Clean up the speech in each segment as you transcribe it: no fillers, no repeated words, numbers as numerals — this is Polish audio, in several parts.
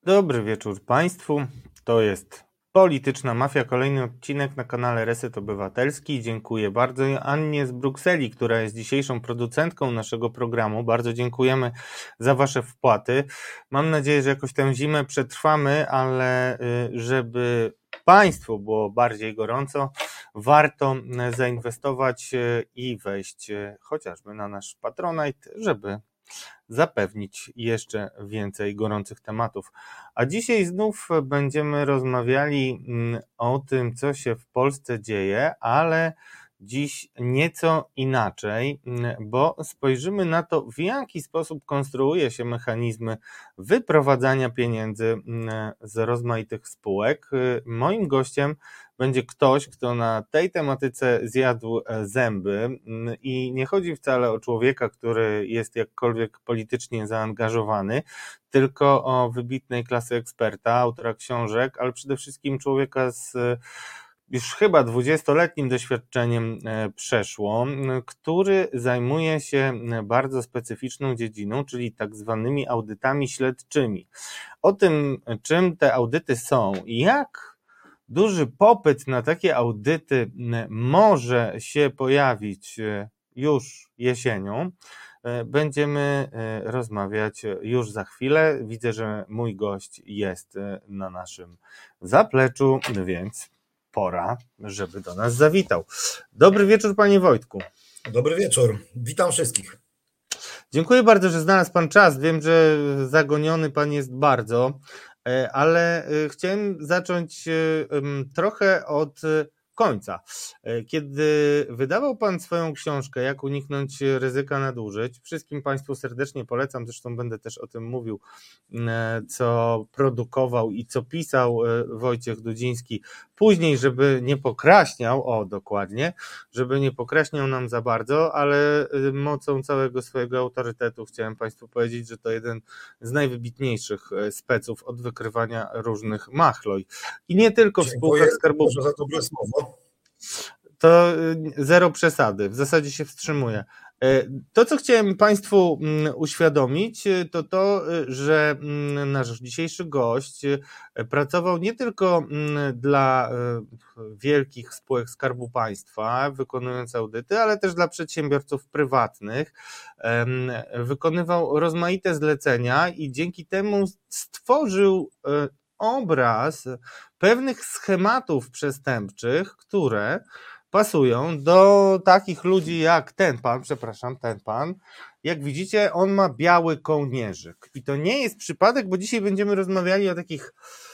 Dobry wieczór Państwu. To jest Polityczna Mafia, kolejny odcinek na kanale Reset Obywatelski. Dziękuję bardzo Annie z Brukseli, która jest dzisiejszą producentką naszego programu. Bardzo dziękujemy za Wasze wpłaty. Mam nadzieję, że jakoś tę zimę przetrwamy, ale żeby Państwu było bardziej gorąco, warto zainwestować i wejść chociażby na nasz Patronite, żeby zapewnić jeszcze więcej gorących tematów. A dzisiaj znów będziemy rozmawiali o tym, co się w Polsce dzieje, ale dziś nieco inaczej, bo spojrzymy na to, w jaki sposób konstruuje się mechanizmy wyprowadzania pieniędzy z rozmaitych spółek. Moim gościem będzie ktoś, kto na tej tematyce zjadł zęby i nie chodzi wcale o człowieka, który jest jakkolwiek politycznie zaangażowany, tylko o wybitnej klasy eksperta, autora książek, ale przede wszystkim człowieka z już chyba 20-letnim doświadczeniem przeszło, który zajmuje się bardzo specyficzną dziedziną, czyli tak zwanymi audytami śledczymi. O tym, czym te audyty są i jak duży popyt na takie audyty może się pojawić już jesienią, będziemy rozmawiać już za chwilę. Widzę, że mój gość jest na naszym zapleczu, więc pora, żeby do nas zawitał. Dobry wieczór, panie Wojtku. Dobry wieczór, witam wszystkich. Dziękuję bardzo, że znalazł pan czas. Wiem, że zagoniony pan jest bardzo, ale chciałem zacząć trochę od końca. Kiedy wydawał pan swoją książkę Jak uniknąć ryzyka nadużyć, wszystkim Państwu serdecznie polecam, zresztą będę też o tym mówił, co produkował i co pisał Wojciech Dudziński później, żeby nie pokraśniał, dokładnie, żeby nie pokraśniał nam za bardzo, ale mocą całego swojego autorytetu chciałem Państwu powiedzieć, że to jeden z najwybitniejszych speców od wykrywania różnych machloj. I nie tylko w spółkach Skarbu Państwa. Za dobre słowo. To zero przesady, w zasadzie się wstrzymuję. To, co chciałem Państwu uświadomić, to to, że nasz dzisiejszy gość pracował nie tylko dla wielkich spółek Skarbu Państwa, wykonując audyty, ale też dla przedsiębiorców prywatnych. Wykonywał rozmaite zlecenia i dzięki temu stworzył obraz pewnych schematów przestępczych, które pasują do takich ludzi jak ten pan. Jak widzicie, on ma biały kołnierzyk. I to nie jest przypadek, bo dzisiaj będziemy rozmawiali o takich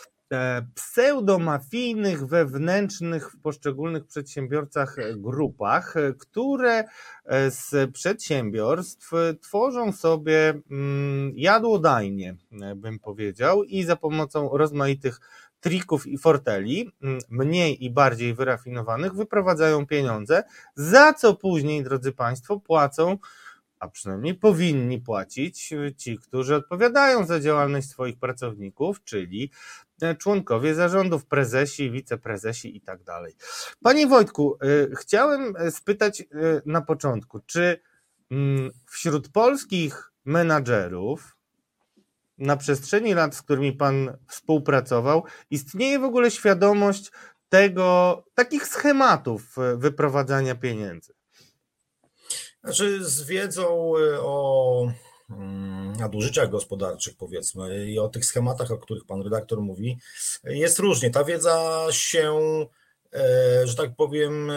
pseudomafijnych, wewnętrznych w poszczególnych przedsiębiorcach grupach, które z przedsiębiorstw tworzą sobie jadłodajnie, bym powiedział, i za pomocą rozmaitych trików i forteli, mniej i bardziej wyrafinowanych, wyprowadzają pieniądze, za co później, drodzy Państwo, płacą, a przynajmniej powinni płacić ci, którzy odpowiadają za działalność swoich pracowników, czyli członkowie zarządów, prezesi, wiceprezesi i tak dalej. Panie Wojtku, chciałem spytać na początku, czy wśród polskich menadżerów na przestrzeni lat, z którymi pan współpracował, istnieje w ogóle świadomość takich schematów wyprowadzania pieniędzy? Znaczy, z wiedzą o nadużyciach gospodarczych, powiedzmy, i o tych schematach, o których pan redaktor mówi, jest różnie. Ta wiedza się, że tak powiem,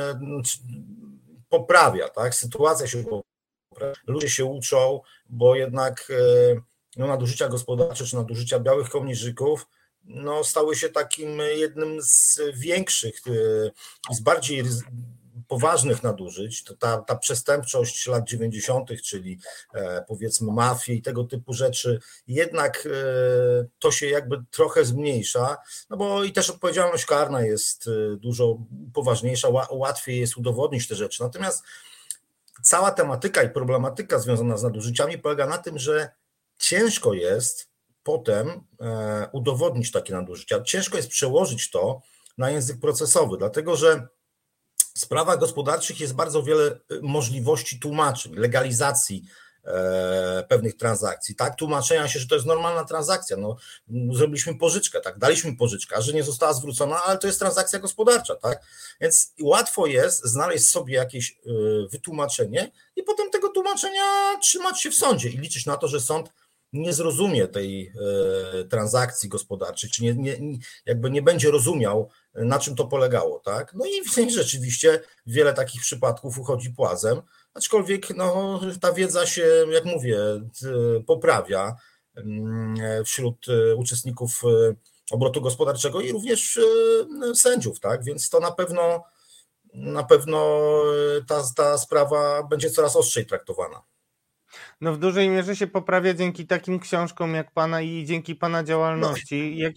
poprawia, tak? Sytuacja się poprawia, ludzie się uczą, bo jednak nadużycia gospodarcze czy nadużycia białych kołnierzyków stały się takim jednym z większych, z bardziej poważnych nadużyć. To ta przestępczość lat 90., czyli powiedzmy mafie i tego typu rzeczy, jednak to się jakby trochę zmniejsza, bo i też odpowiedzialność karna jest dużo poważniejsza, łatwiej jest udowodnić te rzeczy. Natomiast cała tematyka i problematyka związana z nadużyciami polega na tym, że ciężko jest potem udowodnić takie nadużycia. Ciężko jest przełożyć to na język procesowy, dlatego że w sprawach gospodarczych jest bardzo wiele możliwości tłumaczeń, legalizacji pewnych transakcji. Tak, tłumaczenia się, że to jest normalna transakcja. No, zrobiliśmy pożyczkę, tak, daliśmy pożyczkę, a że nie została zwrócona, ale to jest transakcja gospodarcza, tak? Więc łatwo jest znaleźć sobie jakieś wytłumaczenie i potem tego tłumaczenia trzymać się w sądzie i liczyć na to, że sąd nie zrozumie tej transakcji gospodarczej, czy jakby nie będzie rozumiał, na czym to polegało, tak? No i rzeczywiście wiele takich przypadków uchodzi płazem, aczkolwiek no, ta wiedza się, jak mówię, poprawia wśród uczestników obrotu gospodarczego i również sędziów, tak? Więc to na pewno ta sprawa będzie coraz ostrzej traktowana. No w dużej mierze się poprawia dzięki takim książkom jak pana i dzięki pana działalności. Ja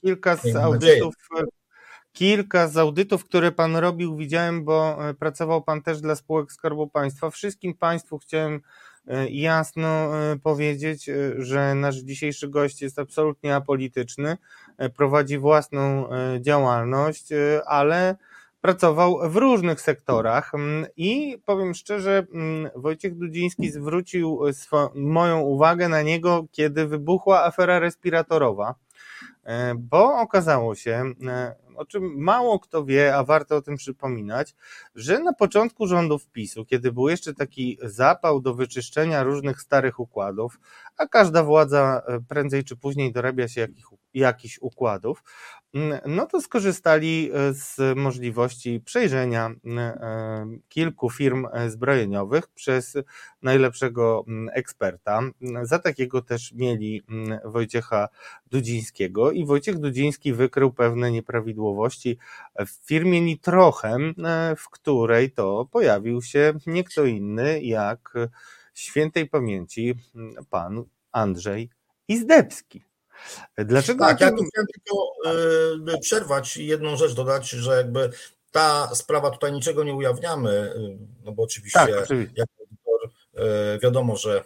kilka z audytów, które pan robił, widziałem, bo pracował pan też dla spółek Skarbu Państwa. Wszystkim państwu chciałem jasno powiedzieć, że nasz dzisiejszy gość jest absolutnie apolityczny, prowadzi własną działalność, ale pracował w różnych sektorach i powiem szczerze, Wojciech Dudziński zwrócił moją uwagę na niego, kiedy wybuchła afera respiratorowa, bo okazało się, o czym mało kto wie, a warto o tym przypominać, że na początku rządów PiS-u, kiedy był jeszcze taki zapał do wyczyszczenia różnych starych układów, a każda władza prędzej czy później dorabia się jakichś układów, no to skorzystali z możliwości przejrzenia kilku firm zbrojeniowych przez najlepszego eksperta. Za takiego też mieli Wojciecha Dudzińskiego i Wojciech Dudziński wykrył pewne nieprawidłowości w firmie Nitrochem, w której to pojawił się nie kto inny jak świętej pamięci pan Andrzej Izdebski. Dlaczego? Tak, ja tu chciałem tylko przerwać i jedną rzecz dodać, że jakby ta sprawa tutaj niczego nie ujawniamy, no bo oczywiście, tak, oczywiście. Jak audytor wiadomo, że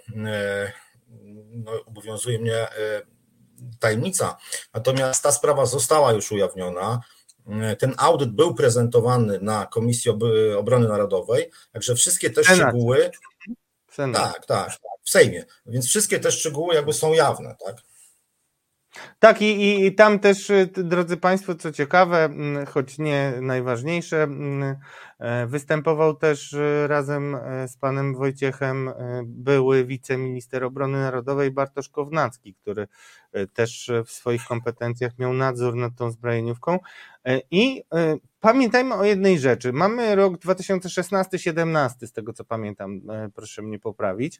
no, obowiązuje mnie tajemnica, natomiast ta sprawa została już ujawniona. Ten audyt był prezentowany na Komisji Obrony Narodowej, także wszystkie te szczegóły. Tak, w Sejmie, więc wszystkie te szczegóły jakby są jawne, tak? Tak, i tam też, drodzy Państwo, co ciekawe, choć nie najważniejsze, występował też razem z panem Wojciechem były wiceminister obrony narodowej Bartosz Kownacki, który też w swoich kompetencjach miał nadzór nad tą zbrojeniówką. I pamiętajmy o jednej rzeczy. Mamy rok 2016-17, z tego co pamiętam, proszę mnie poprawić.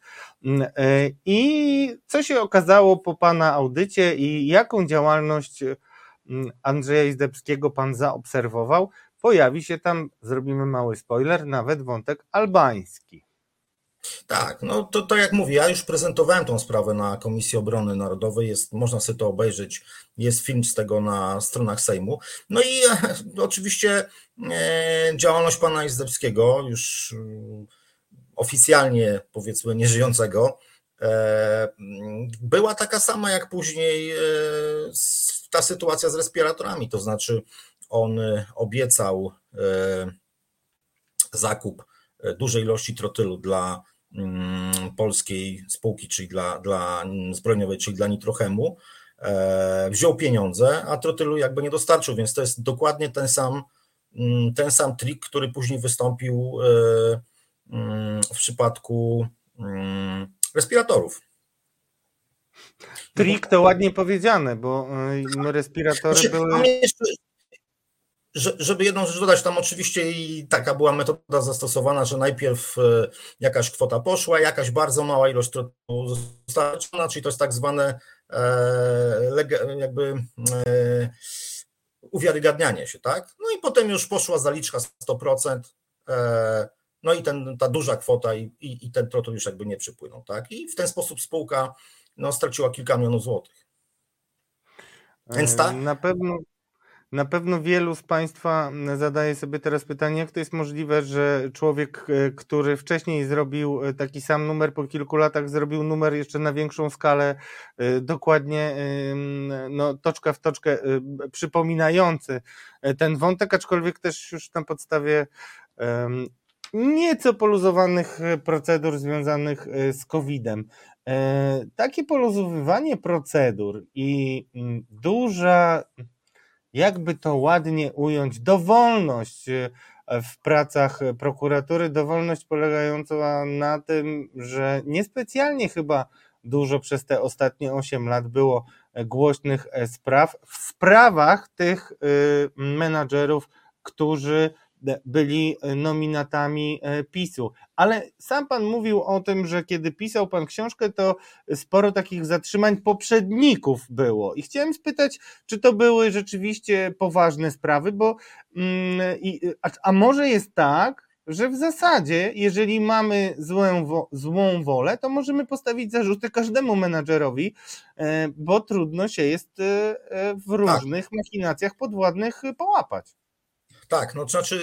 I co się okazało po pana audycie i jaką działalność Andrzeja Izdebskiego pan zaobserwował? Pojawi się tam, zrobimy mały spoiler, nawet wątek albański. Tak, no to jak mówię, ja już prezentowałem tą sprawę na Komisji Obrony Narodowej, można sobie to obejrzeć, jest film z tego na stronach Sejmu. No i oczywiście działalność pana Izdebskiego, już oficjalnie powiedzmy nieżyjącego, była taka sama jak później ta sytuacja z respiratorami, to znaczy on obiecał zakup dużej ilości trotylu dla polskiej spółki, czyli dla zbrojeniowej, czyli dla Nitrochemu, wziął pieniądze, a trotylu jakby nie dostarczył, więc to jest dokładnie ten sam trik, który później wystąpił w przypadku respiratorów. Trik to ładnie powiedziane, bo respiratory były... Żeby jedną rzecz dodać, tam oczywiście i taka była metoda zastosowana, że najpierw jakaś kwota poszła, jakaś bardzo mała ilość trotylu została dostarczona, czyli to jest tak zwane jakby uwiarygadnianie się, tak? No i potem już poszła zaliczka 100%, no i ta duża kwota i ten trotyl już jakby nie przypłynął, tak? I w ten sposób spółka straciła kilka milionów złotych. Więc tak? Na pewno wielu z Państwa zadaje sobie teraz pytanie, jak to jest możliwe, że człowiek, który wcześniej zrobił taki sam numer, po kilku latach zrobił numer jeszcze na większą skalę, dokładnie toczka w toczkę przypominający ten wątek, aczkolwiek też już na podstawie nieco poluzowanych procedur związanych z COVID-em. takie poluzowywanie procedur i duża, jakby to ładnie ująć, dowolność w pracach prokuratury, dowolność polegająca na tym, że niespecjalnie chyba dużo przez te ostatnie 8 lat było głośnych spraw w sprawach tych menadżerów, którzy byli nominatami PiS-u. Ale sam pan mówił o tym, że kiedy pisał pan książkę, to sporo takich zatrzymań poprzedników było. I chciałem spytać, czy to były rzeczywiście poważne sprawy, bo a może jest tak, że w zasadzie, jeżeli mamy złą wolę, to możemy postawić zarzuty każdemu menadżerowi, bo trudno się jest w różnych machinacjach podwładnych połapać. Tak, no to znaczy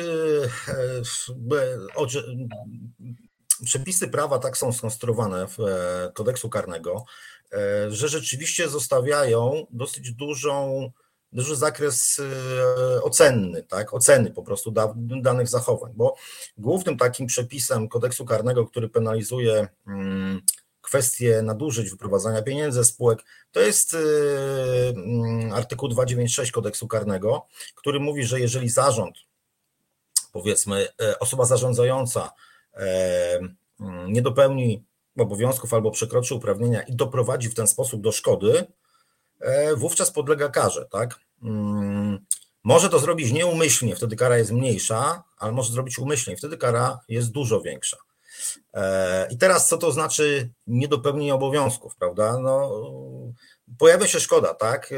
przepisy prawa tak są skonstruowane w kodeksu karnego, że rzeczywiście zostawiają dosyć duży zakres ocenny, tak? Oceny po prostu danych zachowań, bo głównym takim przepisem kodeksu karnego, który penalizuje kwestie nadużyć, wyprowadzania pieniędzy ze spółek, to jest artykuł 296 kodeksu karnego, który mówi, że jeżeli zarząd, powiedzmy osoba zarządzająca nie dopełni obowiązków albo przekroczy uprawnienia i doprowadzi w ten sposób do szkody, wówczas podlega karze, tak? Może to zrobić nieumyślnie, wtedy kara jest mniejsza, ale może zrobić umyślnie, wtedy kara jest dużo większa. I teraz co to znaczy niedopełnienie obowiązków, prawda? No, pojawia się szkoda, tak?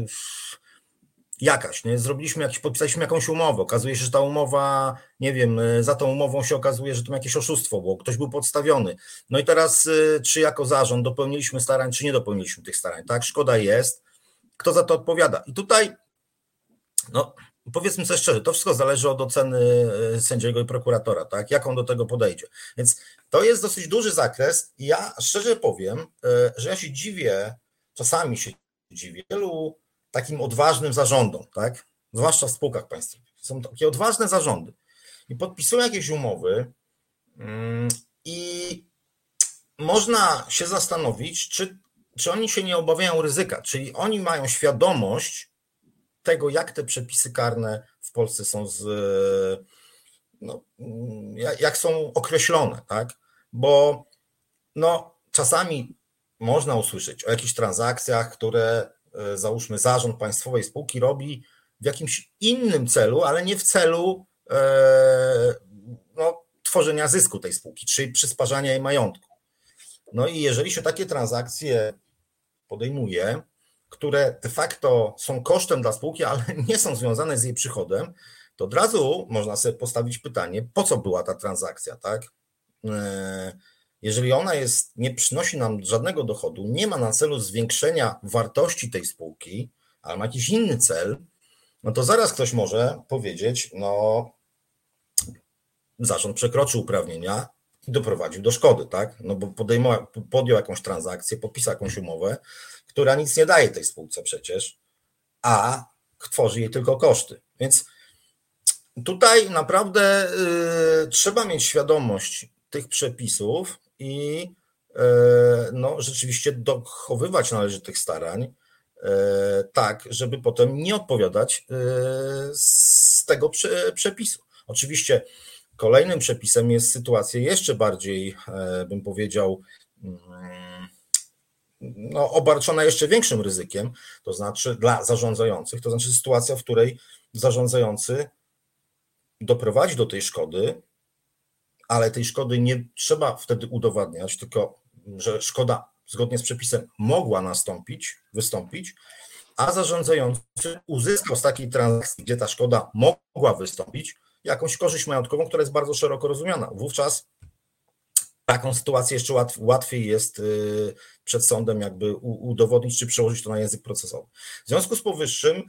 Jakaś, nie? Podpisaliśmy jakąś umowę, okazuje się, że ta umowa, nie wiem, za tą umową się okazuje, że to jakieś oszustwo było, ktoś był podstawiony. No i teraz czy jako zarząd dopełniliśmy starań, czy nie dopełniliśmy tych starań, tak? Szkoda jest, kto za to odpowiada? I tutaj, no powiedzmy sobie szczerze, to wszystko zależy od oceny sędziego i prokuratora, tak? Jak on do tego podejdzie. Więc to jest dosyć duży zakres i ja szczerze powiem, że ja się dziwię, czasami się dziwię, wielu takim odważnym zarządom, tak? Zwłaszcza w spółkach państwowych. Są takie odważne zarządy i podpisują jakieś umowy i można się zastanowić, czy oni się nie obawiają ryzyka, czyli oni mają świadomość tego, jak te przepisy karne w Polsce są jak są określone, tak? Bo no, czasami można usłyszeć o jakichś transakcjach, które załóżmy zarząd państwowej spółki robi w jakimś innym celu, ale nie w celu tworzenia zysku tej spółki, czy przysparzania jej majątku. No i jeżeli się takie transakcje podejmuje, które de facto są kosztem dla spółki, ale nie są związane z jej przychodem, to od razu można sobie postawić pytanie, po co była ta transakcja, tak? Jeżeli ona nie przynosi nam żadnego dochodu, nie ma na celu zwiększenia wartości tej spółki, ale ma jakiś inny cel, no to zaraz ktoś może powiedzieć, no zarząd przekroczył uprawnienia i doprowadził do szkody, tak? No bo podjął jakąś transakcję, podpisał jakąś umowę, która nic nie daje tej spółce przecież, a tworzy jej tylko koszty. Więc tutaj naprawdę trzeba mieć świadomość tych przepisów i rzeczywiście dochowywać należytych starań, tak, żeby potem nie odpowiadać z tego przepisu. Oczywiście kolejnym przepisem jest sytuacja jeszcze bardziej, bym powiedział, obarczona jeszcze większym ryzykiem, to znaczy dla zarządzających, to znaczy sytuacja, w której zarządzający doprowadzi do tej szkody, ale tej szkody nie trzeba wtedy udowadniać, tylko że szkoda zgodnie z przepisem mogła wystąpić, a zarządzający uzyskał z takiej transakcji, gdzie ta szkoda mogła wystąpić, jakąś korzyść majątkową, która jest bardzo szeroko rozumiana. Wówczas taką sytuację jeszcze łatwiej jest przed sądem jakby udowodnić, czy przełożyć to na język procesowy. W związku z powyższym,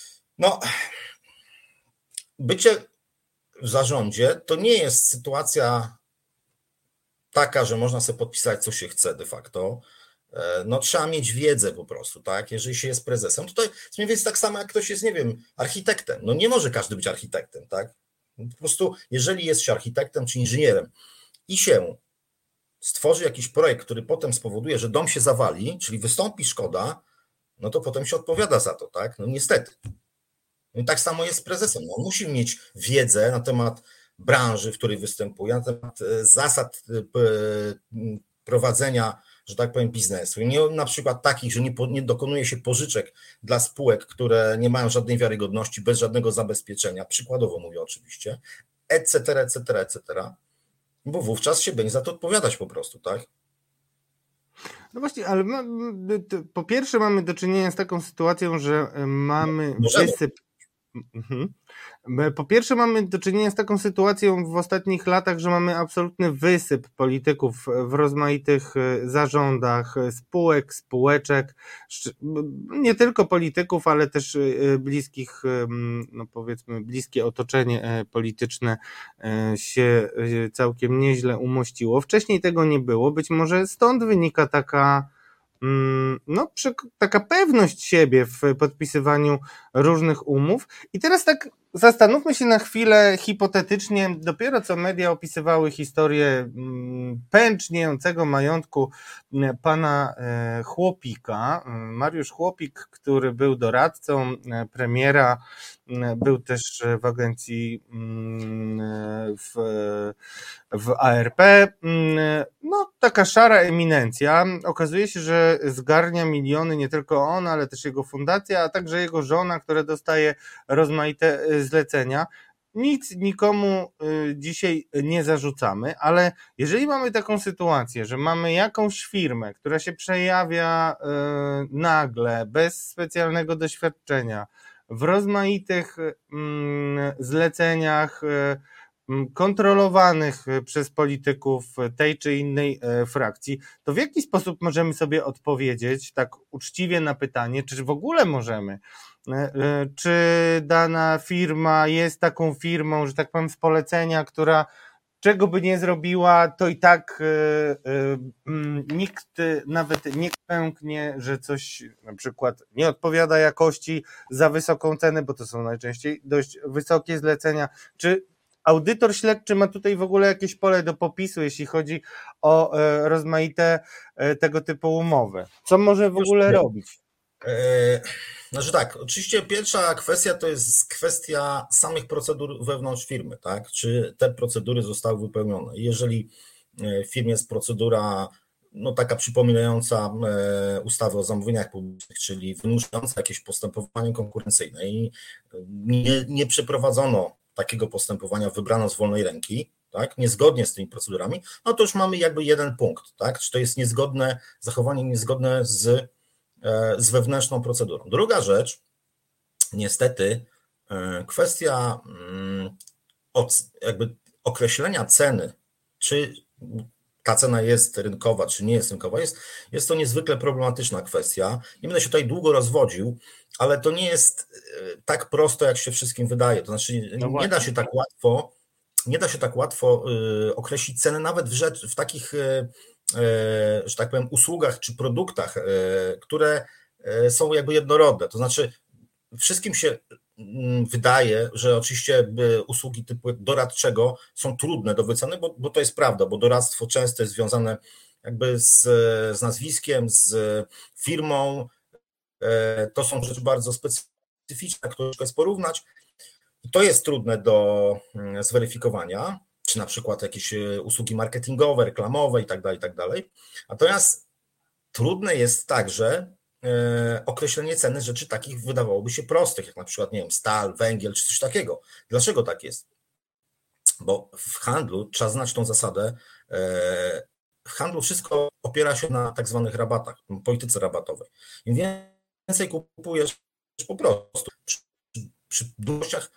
bycie w zarządzie to nie jest sytuacja taka, że można sobie podpisać, co się chce de facto. Trzeba mieć wiedzę po prostu, tak? Jeżeli się jest prezesem, to jest mniej więcej tak samo, jak ktoś jest, nie wiem, architektem. Nie może każdy być architektem, tak? Po prostu, jeżeli jest się architektem czy inżynierem i się stworzy jakiś projekt, który potem spowoduje, że dom się zawali, czyli wystąpi szkoda, no to potem się odpowiada za to, tak? No niestety. I tak samo jest z prezesem. No, on musi mieć wiedzę na temat branży, w której występuje, na temat zasad prowadzenia, że tak powiem, biznesu. I nie na przykład takich, że nie dokonuje się pożyczek dla spółek, które nie mają żadnej wiarygodności, bez żadnego zabezpieczenia, przykładowo mówię oczywiście, etc., etc., etc., bo wówczas się będzie za to odpowiadać po prostu, tak? No właśnie, ale po pierwsze mamy do czynienia z taką sytuacją, że mamy wysyp. Po pierwsze mamy do czynienia z taką sytuacją w ostatnich latach, że mamy absolutny wysyp polityków w rozmaitych zarządach spółek, spółeczek, nie tylko polityków, ale też bliskich, no powiedzmy bliskie otoczenie polityczne się całkiem nieźle umościło. Wcześniej tego nie było, być może stąd wynika taka pewność siebie w podpisywaniu różnych umów. I teraz tak zastanówmy się na chwilę hipotetycznie, dopiero co media opisywały historię pęczniejącego majątku pana Chłopika. Mariusz Chłopik, który był doradcą premiera, był też w agencji w ARP. No, taka szara eminencja. Okazuje się, że zgarnia miliony nie tylko on, ale też jego fundacja, a także jego żona, która dostaje rozmaite zlecenia. Nic nikomu dzisiaj nie zarzucamy, ale jeżeli mamy taką sytuację, że mamy jakąś firmę, która się przejawia nagle, bez specjalnego doświadczenia, w rozmaitych zleceniach kontrolowanych przez polityków tej czy innej frakcji, to w jaki sposób możemy sobie odpowiedzieć tak uczciwie na pytanie, czy w ogóle możemy, czy dana firma jest taką firmą, że tak powiem z polecenia, która czego by nie zrobiła, to i tak nikt nawet nie pęknie, że coś na przykład nie odpowiada jakości za wysoką cenę, bo to są najczęściej dość wysokie zlecenia. Czy audytor śledczy ma tutaj w ogóle jakieś pole do popisu, jeśli chodzi o rozmaite tego typu umowy? Co może w ogóle robić? Znaczy tak, oczywiście pierwsza kwestia to jest kwestia samych procedur wewnątrz firmy, tak? Czy te procedury zostały wypełnione. Jeżeli w firmie jest procedura no taka przypominająca ustawę o zamówieniach publicznych, czyli wymuszająca jakieś postępowanie konkurencyjne i nie przeprowadzono takiego postępowania, wybrano z wolnej ręki, tak, niezgodnie z tymi procedurami, no to już mamy jakby jeden punkt, tak? Czy to jest niezgodne, zachowanie niezgodne z wewnętrzną procedurą. Druga rzecz, niestety, kwestia jakby określenia ceny, czy ta cena jest rynkowa, czy nie jest rynkowa, jest to niezwykle problematyczna kwestia. Nie będę się tutaj długo rozwodził, ale to nie jest tak prosto, jak się wszystkim wydaje. To znaczy, nie da się tak łatwo określić ceny nawet w takich, że tak powiem, usługach czy produktach, które są jakby jednorodne. To znaczy, wszystkim się wydaje, że oczywiście usługi typu doradczego są trudne do wyceny, bo to jest prawda, bo doradztwo często jest związane jakby z nazwiskiem, z firmą. To są rzeczy bardzo specyficzne, które jest porównać. To jest trudne do zweryfikowania, czy na przykład jakieś usługi marketingowe, reklamowe i tak dalej. Natomiast trudne jest także określenie ceny rzeczy takich wydawałoby się prostych, jak na przykład, nie wiem, stal, węgiel czy coś takiego. Dlaczego tak jest? Bo w handlu trzeba znać tą zasadę. W handlu wszystko opiera się na tak zwanych rabatach, polityce rabatowej. Im więcej kupujesz po prostu przy długościach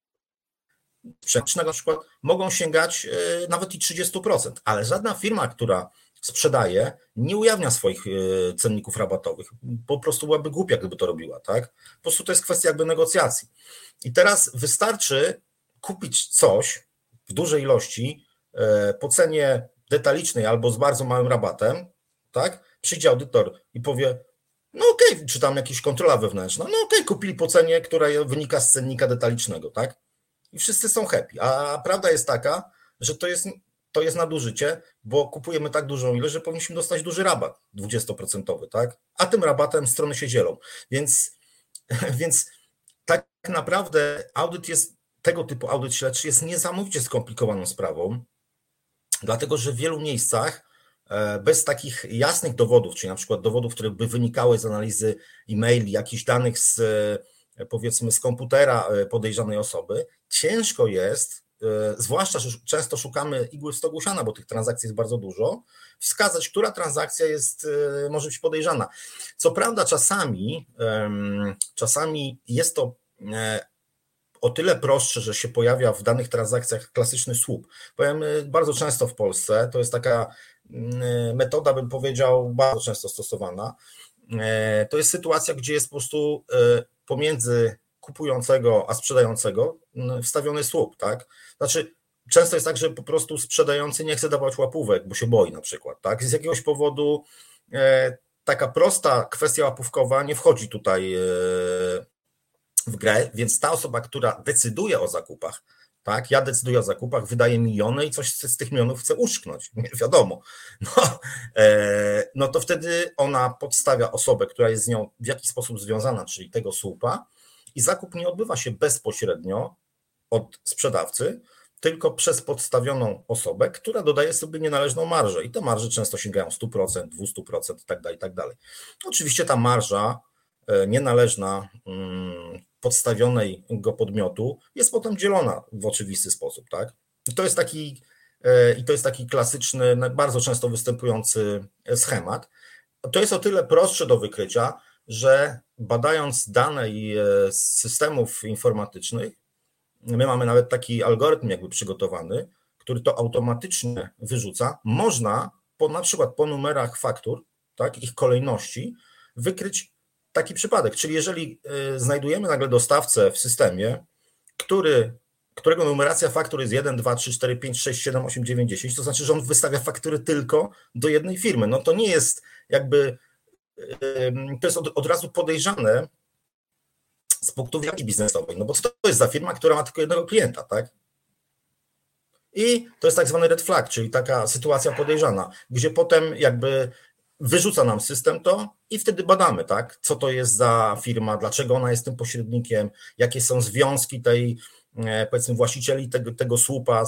na przykład mogą sięgać nawet i 30%, ale żadna firma, która sprzedaje, nie ujawnia swoich cenników rabatowych. Po prostu byłaby głupia, gdyby to robiła, tak? Po prostu to jest kwestia jakby negocjacji. I teraz wystarczy kupić coś w dużej ilości po cenie detalicznej albo z bardzo małym rabatem, tak? Przyjdzie audytor i powie, no okej, czy tam jakaś kontrola wewnętrzna, no okej, kupili po cenie, która wynika z cennika detalicznego, tak? I wszyscy są happy. A prawda jest taka, że to jest nadużycie, bo kupujemy tak dużą ilość, że powinniśmy dostać duży rabat 20%, tak? A tym rabatem strony się dzielą. Więc tak naprawdę tego typu audyt śledczy jest niesamowicie skomplikowaną sprawą, dlatego że w wielu miejscach bez takich jasnych dowodów, czyli na przykład dowodów, które by wynikały z analizy e-maili, jakichś danych powiedzmy z komputera podejrzanej osoby, ciężko jest, zwłaszcza, że często szukamy igły w stogu siana, bo tych transakcji jest bardzo dużo, wskazać, która transakcja może być podejrzana. Co prawda czasami jest to o tyle prostsze, że się pojawia w danych transakcjach klasyczny słup. Powiem, bardzo często w Polsce to jest taka metoda, bym powiedział, bardzo często stosowana. To jest sytuacja, gdzie jest po prostu pomiędzy kupującego a sprzedającego wstawiony słup, tak? Znaczy, często jest tak, że po prostu sprzedający nie chce dawać łapówek, bo się boi na przykład, tak? Z jakiegoś powodu taka prosta kwestia łapówkowa nie wchodzi tutaj w grę, więc ta osoba, która decyduje o zakupach, tak, ja decyduję o zakupach, wydaję miliony i coś z tych milionów chcę uszczknąć, nie wiadomo, no to wtedy ona podstawia osobę, która jest z nią w jakiś sposób związana, czyli tego słupa, i zakup nie odbywa się bezpośrednio od sprzedawcy, tylko przez podstawioną osobę, która dodaje sobie nienależną marżę i te marże często sięgają 100%, 200% i tak dalej. Oczywiście ta marża nienależna podstawionego podmiotu jest potem dzielona w oczywisty sposób, tak? I to jest taki klasyczny, bardzo często występujący schemat. To jest o tyle prostsze do wykrycia, że badając dane z systemów informatycznych, my mamy nawet taki algorytm jakby przygotowany, który to automatycznie wyrzuca. Można na przykład po numerach faktur, tak, ich kolejności, wykryć taki przypadek. Czyli jeżeli znajdujemy nagle dostawcę w systemie, którego numeracja faktur jest 1, 2, 3, 4, 5, 6, 7, 8, 9, 10, to znaczy, że on wystawia faktury tylko do jednej firmy. No to nie jest jakby, to jest od razu podejrzane z punktu widzenia biznesowej, no bo co to jest za firma, która ma tylko jednego klienta, tak? I to jest tak zwany red flag, czyli taka sytuacja podejrzana, gdzie potem jakby wyrzuca nam system to i wtedy badamy, tak? Co to jest za firma, dlaczego ona jest tym pośrednikiem, jakie są związki tej, powiedzmy, właścicieli tego słupa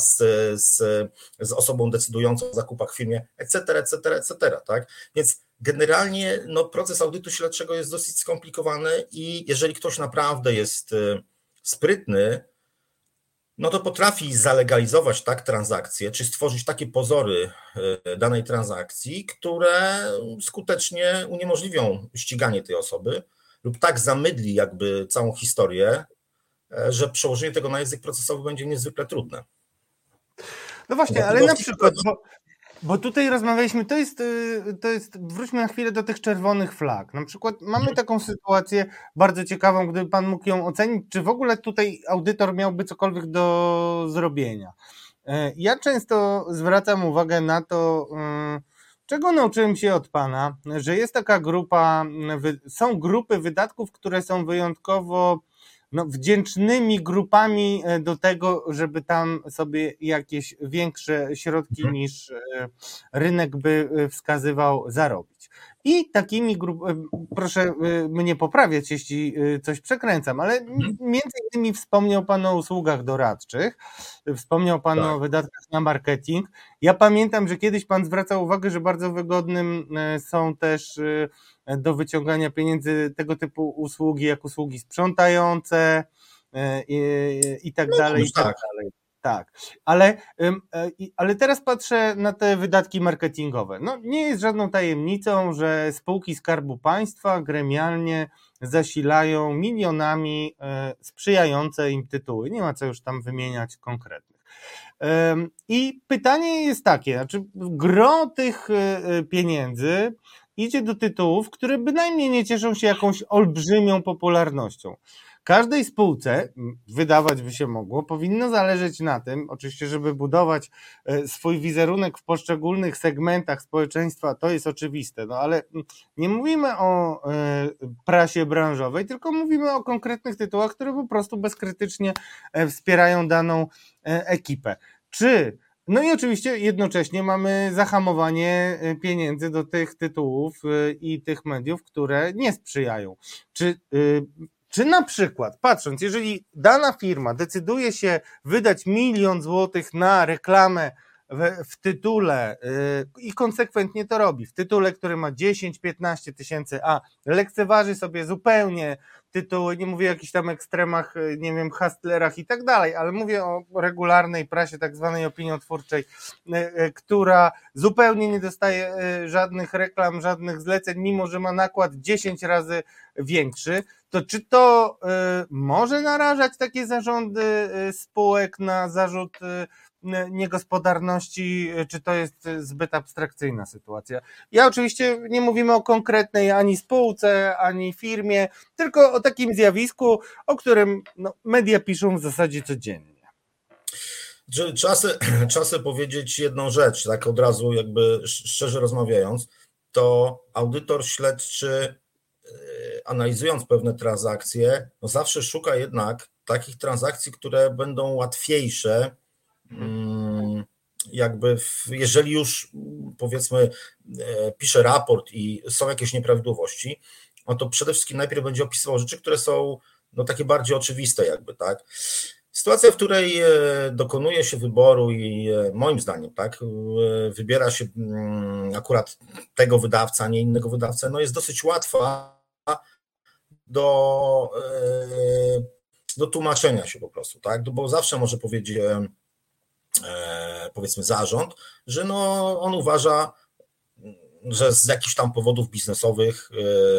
z osobą decydującą o zakupach w firmie, etc., tak? Więc generalnie no, proces audytu śledczego jest dosyć skomplikowany i jeżeli ktoś naprawdę jest sprytny, no to potrafi zalegalizować tak transakcje, czy stworzyć takie pozory danej transakcji, które skutecznie uniemożliwią ściganie tej osoby lub tak zamydli jakby całą historię, że przełożenie tego na język procesowy będzie niezwykle trudne. No właśnie, ale na przykład, bo tutaj rozmawialiśmy, to jest, wróćmy na chwilę do tych czerwonych flag. Na przykład mamy taką sytuację bardzo ciekawą, gdyby pan mógł ją ocenić, czy w ogóle tutaj audytor miałby cokolwiek do zrobienia. Ja często zwracam uwagę na to, czego nauczyłem się od pana, że jest taka grupa, są grupy wydatków, które są wyjątkowo wdzięcznymi grupami do tego, żeby tam sobie jakieś większe środki niż rynek by wskazywał zarobić. I takimi grupami, proszę mnie poprawiać, jeśli coś przekręcam, ale między innymi wspomniał pan o usługach doradczych, wspomniał pan o wydatkach na marketing. Ja pamiętam, że kiedyś pan zwracał uwagę, że bardzo wygodnym są też do wyciągania pieniędzy tego typu usługi, jak usługi sprzątające i tak dalej, i tak dalej. Tak, ale teraz patrzę na te wydatki marketingowe. No, nie jest żadną tajemnicą, że spółki Skarbu Państwa gremialnie zasilają milionami sprzyjające im tytuły. Nie ma co już tam wymieniać konkretnych. I pytanie jest takie, znaczy gro tych pieniędzy idzie do tytułów, które bynajmniej nie cieszą się jakąś olbrzymią popularnością. Każdej spółce, wydawać by się mogło, powinno zależeć na tym, oczywiście, żeby budować swój wizerunek w poszczególnych segmentach społeczeństwa, to jest oczywiste, no ale nie mówimy o prasie branżowej, tylko mówimy o konkretnych tytułach, które po prostu bezkrytycznie wspierają daną ekipę. Czy No i oczywiście jednocześnie mamy zahamowanie pieniędzy do tych tytułów i tych mediów, które nie sprzyjają. Czy na przykład, patrząc, jeżeli dana firma decyduje się wydać 1 000 000 złotych na reklamę w tytule i konsekwentnie to robi, w tytule, który ma 10-15 tysięcy, a lekceważy sobie zupełnie tytuły, nie mówię o jakichś tam ekstremach, nie wiem, hustlerach i tak dalej, ale mówię o regularnej prasie, tak zwanej opiniotwórczej, która zupełnie nie dostaje żadnych reklam, żadnych zleceń, mimo że ma nakład 10 razy większy, to czy to może narażać takie zarządy spółek na zarzut niegospodarności, czy to jest zbyt abstrakcyjna sytuacja? Ja oczywiście nie mówimy o konkretnej ani spółce, ani firmie, tylko o takim zjawisku, o którym media piszą w zasadzie codziennie. Czasem powiedzieć jedną rzecz, tak od razu jakby szczerze rozmawiając, to audytor śledczy, analizując pewne transakcje, zawsze szuka jednak takich transakcji, które będą łatwiejsze, jakby jeżeli już powiedzmy pisze raport i są jakieś nieprawidłowości, no to przede wszystkim najpierw będzie opisywał rzeczy, które są takie bardziej oczywiste jakby, tak. Sytuacja, w której dokonuje się wyboru i moim zdaniem, tak, wybiera się akurat tego wydawca, a nie innego wydawcę, jest dosyć łatwa do tłumaczenia się po prostu, tak, bo zawsze może powiedzieć powiedzmy zarząd, że on uważa, że z jakichś tam powodów biznesowych,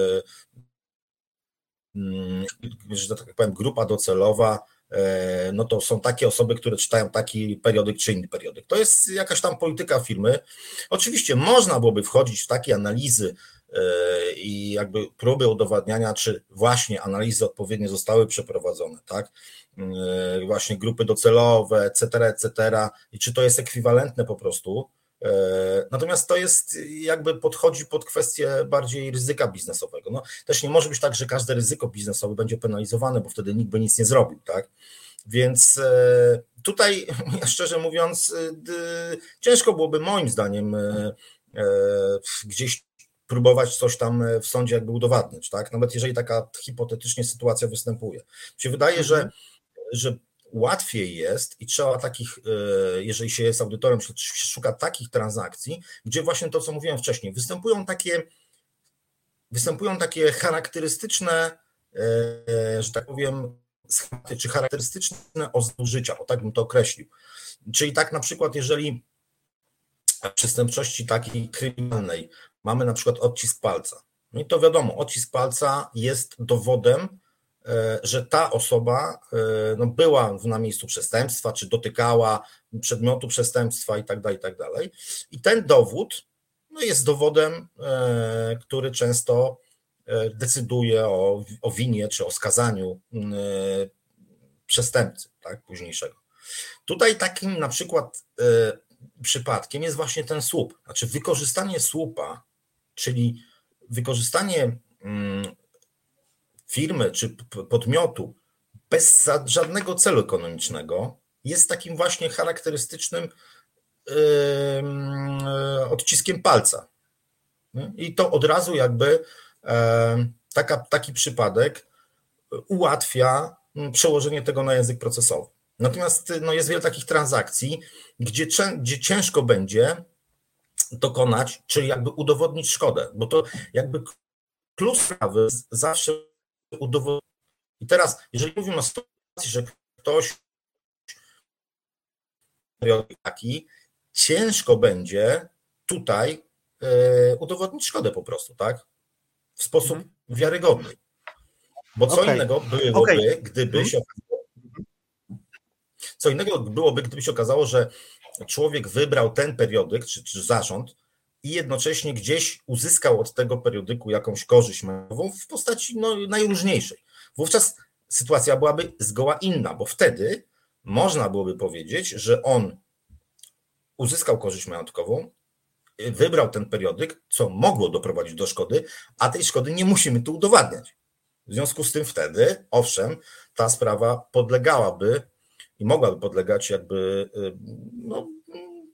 że tak powiem, grupa docelowa, to są takie osoby, które czytają taki periodyk czy inny periodyk. To jest jakaś tam polityka firmy. Oczywiście można byłoby wchodzić w takie analizy i jakby próby udowadniania, czy właśnie analizy odpowiednio zostały przeprowadzone, tak? Właśnie grupy docelowe, etc., i czy to jest ekwiwalentne po prostu. Natomiast to jest jakby podchodzi pod kwestię bardziej ryzyka biznesowego. Też nie może być tak, że każde ryzyko biznesowe będzie penalizowane, bo wtedy nikt by nic nie zrobił, tak? Więc tutaj, szczerze mówiąc, ciężko byłoby moim zdaniem gdzieś próbować coś tam w sądzie jakby udowadniać, tak? Nawet jeżeli taka hipotetycznie sytuacja występuje. Mi się wydaje, że łatwiej jest i trzeba takich, jeżeli się jest audytorem, szuka takich transakcji, gdzie właśnie to, co mówiłem wcześniej, występują takie charakterystyczne, że tak powiem, schematy, czy charakterystyczne oznaki życia, o tak bym to określił. Czyli tak na przykład, jeżeli w przestępczości takiej kryminalnej mamy na przykład odcisk palca, no i to wiadomo, odcisk palca jest dowodem, że ta osoba była na miejscu przestępstwa, czy dotykała przedmiotu przestępstwa i tak dalej. I ten dowód jest dowodem, który często decyduje o winie, czy o skazaniu przestępcy, tak, późniejszego. Tutaj takim na przykład przypadkiem jest właśnie ten słup, znaczy wykorzystanie słupa, czyli wykorzystanie firmy czy podmiotu bez żadnego celu ekonomicznego jest takim właśnie charakterystycznym odciskiem palca. I to od razu jakby taki przypadek ułatwia przełożenie tego na język procesowy. Natomiast jest wiele takich transakcji, gdzie ciężko będzie dokonać, czyli jakby udowodnić szkodę, bo to jakby klucz sprawy zawsze udowodnić. I teraz, jeżeli mówimy o sytuacji, że ktoś taki, ciężko będzie tutaj udowodnić szkodę po prostu, tak? W sposób wiarygodny. Bo co innego byłoby, gdyby się okazało, że człowiek wybrał ten periodyk, czy zarząd i jednocześnie gdzieś uzyskał od tego periodyku jakąś korzyść majątkową w postaci najróżniejszej. Wówczas sytuacja byłaby zgoła inna, bo wtedy można byłoby powiedzieć, że on uzyskał korzyść majątkową, wybrał ten periodyk, co mogło doprowadzić do szkody, a tej szkody nie musimy tu udowadniać. W związku z tym wtedy, owszem, ta sprawa podlegałaby i mogłaby podlegać jakby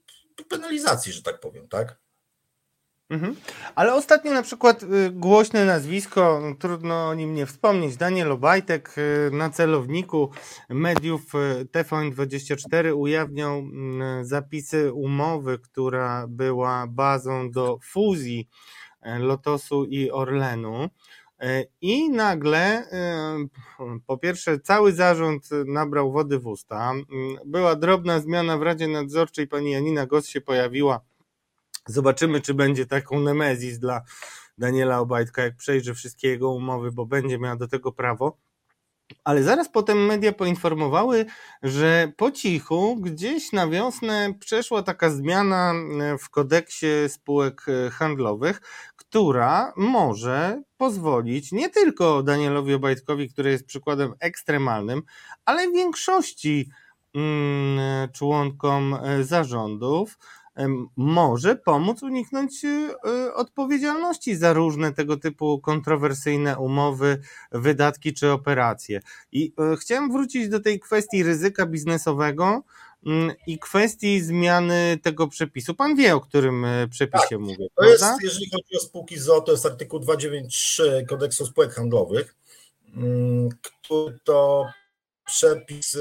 penalizacji, że tak powiem, tak? Ale ostatnio na przykład głośne nazwisko, trudno o nim nie wspomnieć, Daniel Obajtek na celowniku mediów TVN24 ujawniał zapisy umowy, która była bazą do fuzji Lotosu i Orlenu. I nagle, po pierwsze, cały zarząd nabrał wody w usta. Była drobna zmiana w Radzie Nadzorczej, pani Janina Gos się pojawiła. Zobaczymy, czy będzie taką nemezis dla Daniela Obajtka, jak przejrzy wszystkie jego umowy, bo będzie miała do tego prawo. Ale zaraz potem media poinformowały, że po cichu gdzieś na wiosnę przeszła taka zmiana w kodeksie spółek handlowych, która może pozwolić nie tylko Danielowi Obajtkowi, który jest przykładem ekstremalnym, ale większości członkom zarządów, może pomóc uniknąć odpowiedzialności za różne tego typu kontrowersyjne umowy, wydatki czy operacje. I chciałem wrócić do tej kwestii ryzyka biznesowego i kwestii zmiany tego przepisu. Pan wie, o którym przepisie mówię, to jest, prawda? jeżeli chodzi o spółki z o.o., to jest artykuł 293 Kodeksu Spółek Handlowych, który to przepis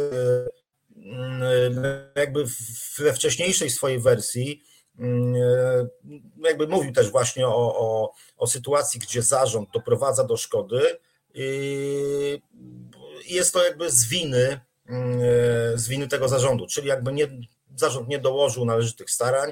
jakby we wcześniejszej swojej wersji jakby mówił też właśnie o sytuacji, gdzie zarząd doprowadza do szkody i jest to jakby z winy tego zarządu, czyli jakby zarząd nie dołożył należytych starań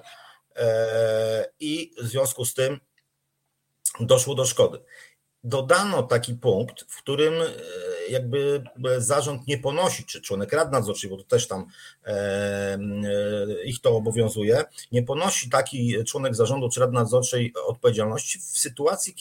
i w związku z tym doszło do szkody. Dodano taki punkt, w którym jakby zarząd nie ponosi, czy członek rady nadzorczej, bo to też tam ich to obowiązuje, nie ponosi taki członek zarządu czy rady nadzorczej odpowiedzialności w sytuacji,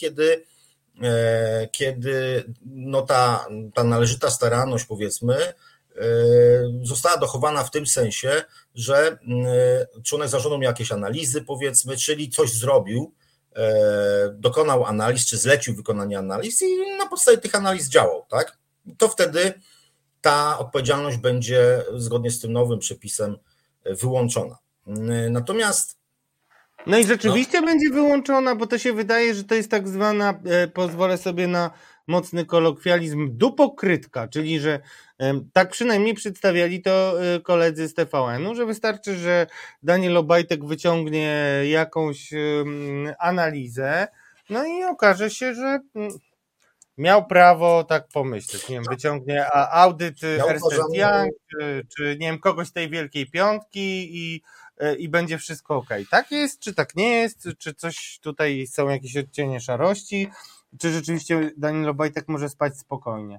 kiedy no ta należyta staranność, powiedzmy, została dochowana w tym sensie, że członek zarządu miał jakieś analizy, powiedzmy, czyli coś zrobił, dokonał analiz, czy zlecił wykonanie analiz i na podstawie tych analiz działał, tak? To wtedy ta odpowiedzialność będzie zgodnie z tym nowym przepisem wyłączona. Natomiast no i rzeczywiście będzie wyłączona, bo to się wydaje, że to jest tak zwana, pozwolę sobie na mocny kolokwializm, dupokrytka, czyli że tak przynajmniej przedstawiali to koledzy z TVN-u, że wystarczy, że Daniel Obajtek wyciągnie jakąś analizę, no i okaże się, że miał prawo tak pomyśleć, nie wiem, wyciągnie audyt Ernst Young, czy nie wiem, kogoś z tej Wielkiej Piątki i będzie wszystko ok. Tak jest, czy tak nie jest, czy coś tutaj są jakieś odcienie szarości, czy rzeczywiście Daniel Obajtek może spać spokojnie?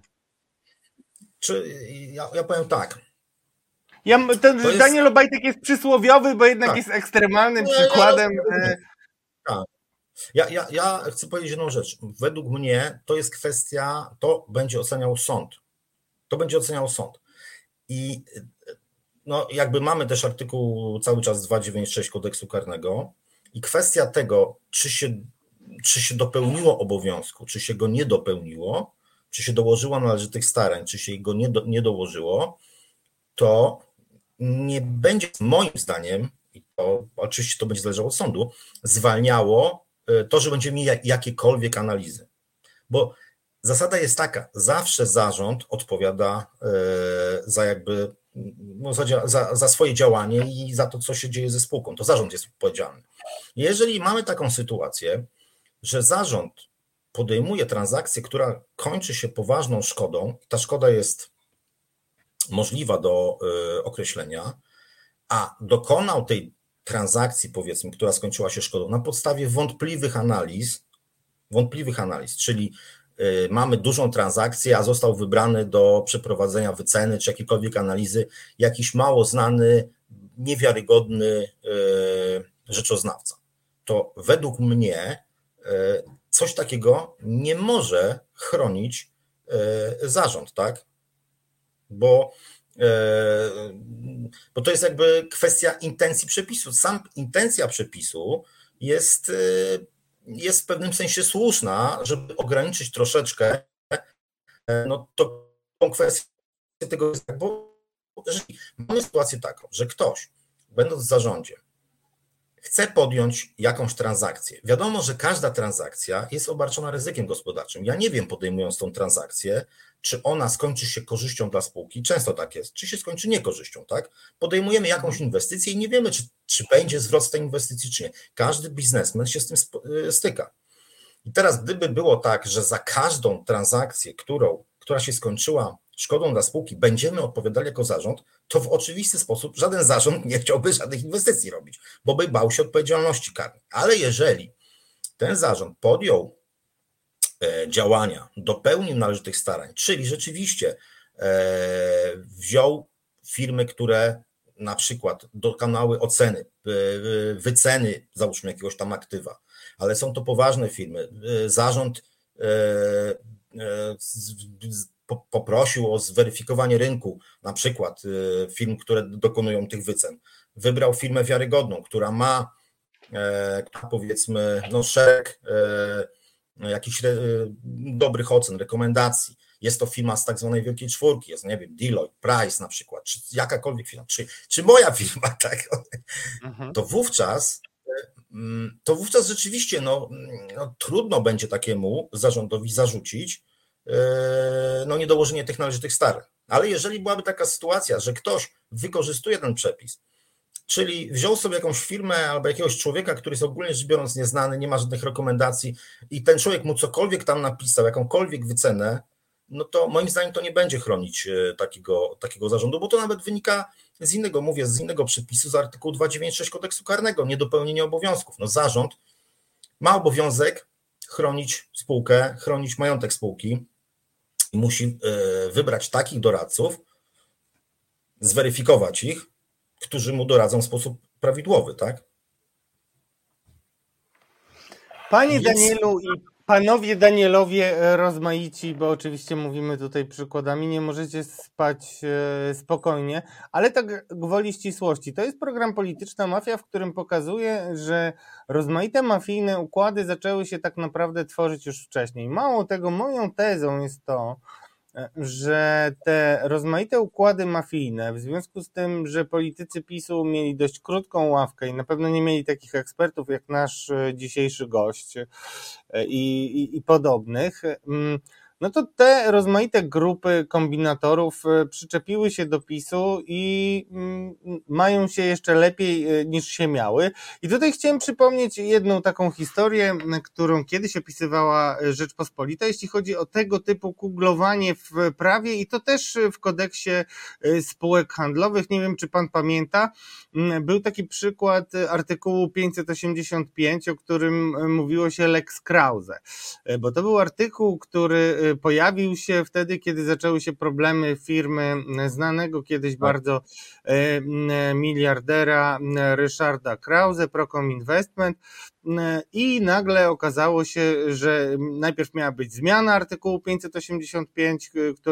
Ja powiem tak. Daniel Obajtek jest przysłowiowy, bo jednak jest ekstremalnym przykładem. Tak. Ja chcę powiedzieć jedną rzecz. Według mnie to jest kwestia, to będzie oceniał sąd. To będzie oceniał sąd. I no jakby mamy też artykuł cały czas 296 Kodeksu Karnego i kwestia tego, czy się dopełniło obowiązku, czy się go nie dopełniło, czy się dołożyło należytych starań, czy się go nie dołożyło, to nie będzie moim zdaniem, i to oczywiście to będzie zależało od sądu, zwalniało to, że będziemy mieli jakiekolwiek analizy. Bo zasada jest taka, zawsze zarząd odpowiada za jakby za swoje działanie i za to, co się dzieje ze spółką. To zarząd jest odpowiedzialny. Jeżeli mamy taką sytuację, że zarząd podejmuje transakcję, która kończy się poważną szkodą, ta szkoda jest możliwa do określenia, a dokonał tej transakcji, powiedzmy, która skończyła się szkodą na podstawie wątpliwych analiz, czyli mamy dużą transakcję, a został wybrany do przeprowadzenia wyceny czy jakiejkolwiek analizy jakiś mało znany, niewiarygodny rzeczoznawca. To według mnie coś takiego nie może chronić zarząd, tak? Bo to jest jakby kwestia intencji przepisu. Intencja przepisu jest w pewnym sensie słuszna, żeby ograniczyć troszeczkę tą kwestię tego, bo jeżeli mamy sytuację taką, że ktoś, będąc w zarządzie, chce podjąć jakąś transakcję. Wiadomo, że każda transakcja jest obarczona ryzykiem gospodarczym. Ja nie wiem, podejmując tą transakcję, czy ona skończy się korzyścią dla spółki, często tak jest, czy się skończy niekorzyścią, tak? Podejmujemy jakąś inwestycję i nie wiemy, czy będzie zwrot z tej inwestycji, czy nie. Każdy biznesmen się z tym styka. I teraz, gdyby było tak, że za każdą transakcję, która się skończyła szkodą dla spółki, będziemy odpowiadali jako zarząd, to w oczywisty sposób żaden zarząd nie chciałby żadnych inwestycji robić, bo by bał się odpowiedzialności karnej. Ale jeżeli ten zarząd podjął działania, dopełnił należytych starań, czyli rzeczywiście wziął firmy, które na przykład dokonały oceny, wyceny, załóżmy jakiegoś tam aktywa, ale są to poważne firmy. Zarząd poprosił o zweryfikowanie rynku, na przykład firm, które dokonują tych wycen. Wybrał firmę wiarygodną, która ma powiedzmy szereg jakichś dobrych ocen, rekomendacji. Jest to firma z tak zwanej wielkiej czwórki, jest, nie wiem, Deloitte, Price na przykład, czy jakakolwiek firma, czy moja firma, tak? To wówczas rzeczywiście trudno będzie takiemu zarządowi zarzucić niedołożenie tych należytych starań. Ale jeżeli byłaby taka sytuacja, że ktoś wykorzystuje ten przepis, czyli wziął sobie jakąś firmę albo jakiegoś człowieka, który jest ogólnie rzecz biorąc nieznany, nie ma żadnych rekomendacji i ten człowiek mu cokolwiek tam napisał, jakąkolwiek wycenę, no to moim zdaniem to nie będzie chronić takiego zarządu, bo to nawet wynika z innego przepisu, z artykułu 296 kodeksu karnego, niedopełnienie obowiązków. Zarząd ma obowiązek chronić spółkę, chronić majątek spółki i musi wybrać takich doradców, zweryfikować ich, którzy mu doradzą w sposób prawidłowy, tak? Panie Danielu i panowie Danielowie rozmaici, bo oczywiście mówimy tutaj przykładami, nie możecie spać spokojnie, ale tak gwoli ścisłości. To jest program Polityczna Mafia, w którym pokazuje, że rozmaite mafijne układy zaczęły się tak naprawdę tworzyć już wcześniej. Mało tego, moją tezą jest to, że te rozmaite układy mafijne, w związku z tym, że politycy PiS-u mieli dość krótką ławkę i na pewno nie mieli takich ekspertów jak nasz dzisiejszy gość i podobnych, no to te rozmaite grupy kombinatorów przyczepiły się do PiS-u i mają się jeszcze lepiej niż się miały. I tutaj chciałem przypomnieć jedną taką historię, którą kiedyś opisywała Rzeczpospolita, jeśli chodzi o tego typu kuglowanie w prawie i to też w kodeksie spółek handlowych. Nie wiem, czy pan pamięta, był taki przykład artykułu 585, o którym mówiło się Lex Krause, bo to był artykuł, który pojawił się wtedy, kiedy zaczęły się problemy firmy znanego kiedyś bardzo miliardera Ryszarda Krause, Procom Investment, i nagle okazało się, że najpierw miała być zmiana artykułu 585,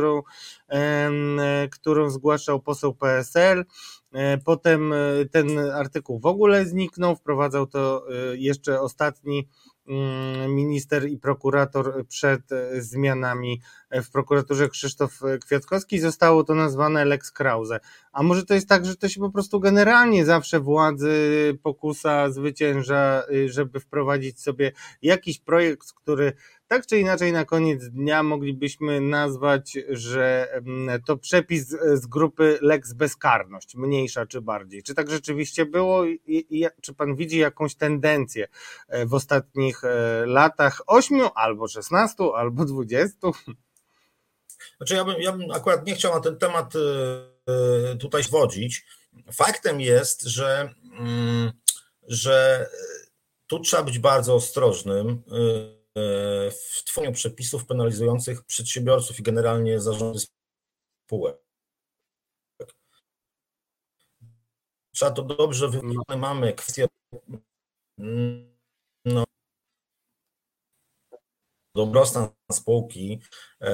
którą zgłaszał poseł PSL, potem ten artykuł w ogóle zniknął, wprowadzał to jeszcze ostatni minister i prokurator przed zmianami w prokuraturze Krzysztof Kwiatkowski, zostało to nazwane Lex Krause. A może to jest tak, że to się po prostu generalnie zawsze władzy pokusa zwycięża, żeby wprowadzić sobie jakiś projekt, który tak czy inaczej na koniec dnia moglibyśmy nazwać, że to przepis z grupy Lex Bezkarność, mniejsza czy bardziej. Czy tak rzeczywiście było? Czy pan widzi jakąś tendencję w ostatnich latach, 8 albo 16 albo 20? Znaczy ja bym akurat nie chciał na ten temat tutaj wodzić. Faktem jest, że tu trzeba być bardzo ostrożnym w tworzeniu przepisów penalizujących przedsiębiorców i generalnie zarządy spółek. Trzeba to dobrze wyjaśnione. Mamy kwestię dobrostan spółki,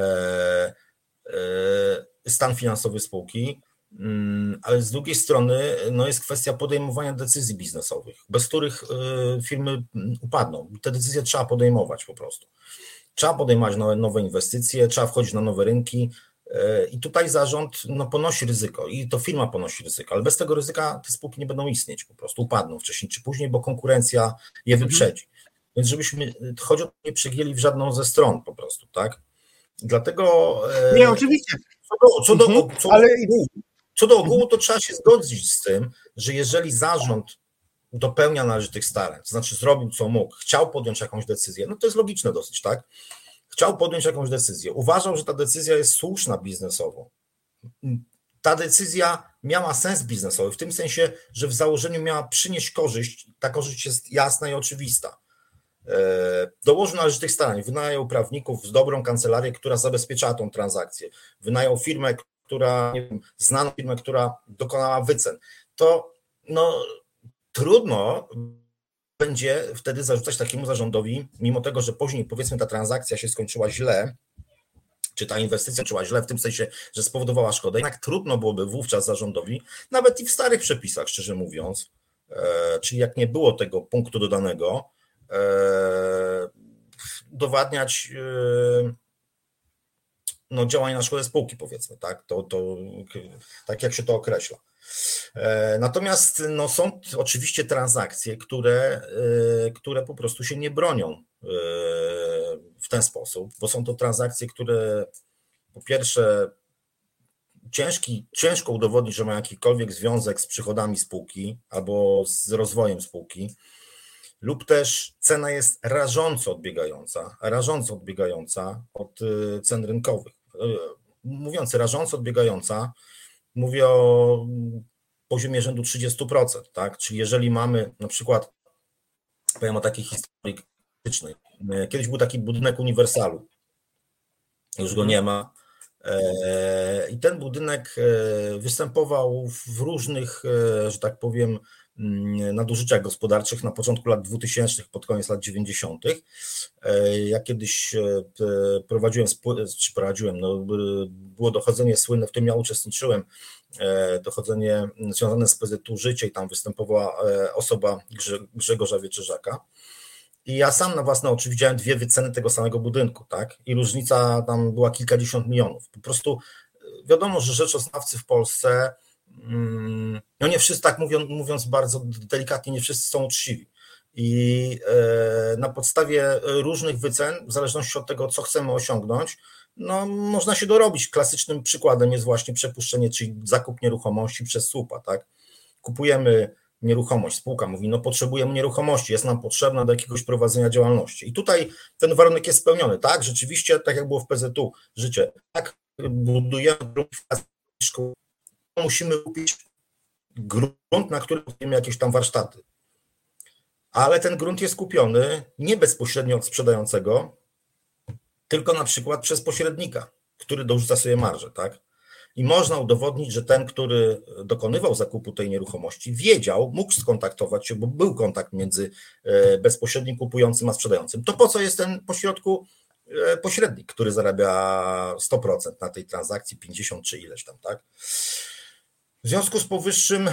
stan finansowy spółki, ale z drugiej strony jest kwestia podejmowania decyzji biznesowych, bez których firmy upadną. Te decyzje trzeba podejmować po prostu. Trzeba podejmować nowe inwestycje, trzeba wchodzić na nowe rynki. I tutaj zarząd ponosi ryzyko i to firma ponosi ryzyko, ale bez tego ryzyka te spółki nie będą istnieć, po prostu upadną wcześniej czy później, bo konkurencja je wyprzedzi. Więc żebyśmy, chodzi o to, nie przegięli w żadną ze stron po prostu, tak? Dlatego... Nie, oczywiście. Co do ogółu, to trzeba się zgodzić z tym, że jeżeli zarząd dopełnia należytych starań, to znaczy zrobił co mógł, chciał podjąć jakąś decyzję, no to jest logiczne dosyć, tak? Chciał podjąć jakąś decyzję, uważał, że ta decyzja jest słuszna biznesowo. Ta decyzja miała sens biznesowy, w tym sensie, że w założeniu miała przynieść korzyść, ta korzyść jest jasna i oczywista. Dołożył należytych starań, wynajął prawników z dobrą kancelarię, która zabezpieczała tą transakcję, wynajął firmę, znaną firmę, która dokonała wycen. To trudno będzie wtedy zarzucać takiemu zarządowi, mimo tego, że później powiedzmy ta transakcja się skończyła źle, czy ta inwestycja skończyła źle w tym sensie, że spowodowała szkodę, jednak trudno byłoby wówczas zarządowi, nawet i w starych przepisach, szczerze mówiąc, czyli jak nie było tego punktu dodanego, udowadniać działanie na szkodę spółki, powiedzmy, tak? To tak jak się to określa. Natomiast są oczywiście transakcje, które po prostu się nie bronią w ten sposób, bo są to transakcje, które po pierwsze ciężko udowodnić, że ma jakikolwiek związek z przychodami spółki albo z rozwojem spółki, lub też cena jest rażąco odbiegająca od cen rynkowych. Mówiąc rażąco odbiegająca, mówię o poziomie rzędu 30%, tak? Czyli jeżeli mamy na przykład, powiem o takiej historii krytycznej, kiedyś był taki budynek Uniwersalu, już go nie ma, i ten budynek występował w różnych, że tak powiem, nadużyciach gospodarczych na początku lat 2000, pod koniec lat 90. Ja kiedyś było dochodzenie słynne, w tym ja uczestniczyłem, dochodzenie związane z PZU Życie i tam występowała osoba Grzegorza Wieczerzaka. I ja sam na własne oczy widziałem dwie wyceny tego samego budynku, tak? I różnica tam była kilkadziesiąt milionów. Po prostu wiadomo, że rzeczoznawcy w Polsce, nie wszyscy, tak mówiąc bardzo delikatnie, nie wszyscy są uczciwi. I na podstawie różnych wycen, w zależności od tego, co chcemy osiągnąć, można się dorobić. Klasycznym przykładem jest właśnie przepuszczenie, czyli zakup nieruchomości przez słupa, tak? Kupujemy nieruchomość, spółka mówi, potrzebujemy nieruchomości, jest nam potrzebna do jakiegoś prowadzenia działalności. I tutaj ten warunek jest spełniony, tak? Rzeczywiście, tak jak było w PZU Życie, tak budujemy grunt, musimy kupić grunt, na którym budujemy jakieś tam warsztaty. Ale ten grunt jest kupiony nie bezpośrednio od sprzedającego, tylko na przykład przez pośrednika, który dorzuca sobie marżę, tak? I można udowodnić, że ten, który dokonywał zakupu tej nieruchomości, mógł skontaktować się, bo był kontakt między bezpośrednim kupującym a sprzedającym. To po co jest ten pośrodku pośrednik, który zarabia 100% na tej transakcji, 50 czy ileś tam, tak? W związku z powyższym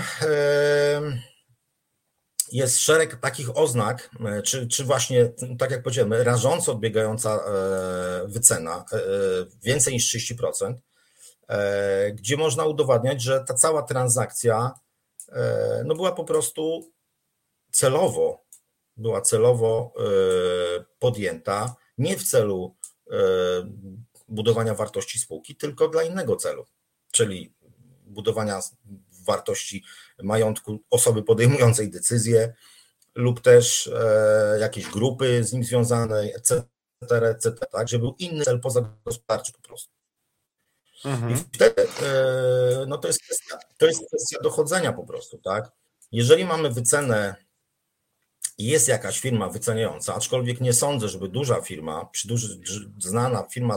jest szereg takich oznak, czy właśnie, tak jak powiedziałem, rażąco odbiegająca wycena, więcej niż 30%, gdzie można udowadniać, że ta cała transakcja była po prostu celowo podjęta, nie w celu budowania wartości spółki, tylko dla innego celu, czyli budowania wartości majątku osoby podejmującej decyzje lub też jakiejś grupy z nim związanej, etc., tak, żeby był inny cel pozagospodarczy po prostu. I wtedy to jest kwestia dochodzenia po prostu, tak? Jeżeli mamy wycenę i jest jakaś firma wyceniająca, aczkolwiek nie sądzę, żeby duża firma, znana firma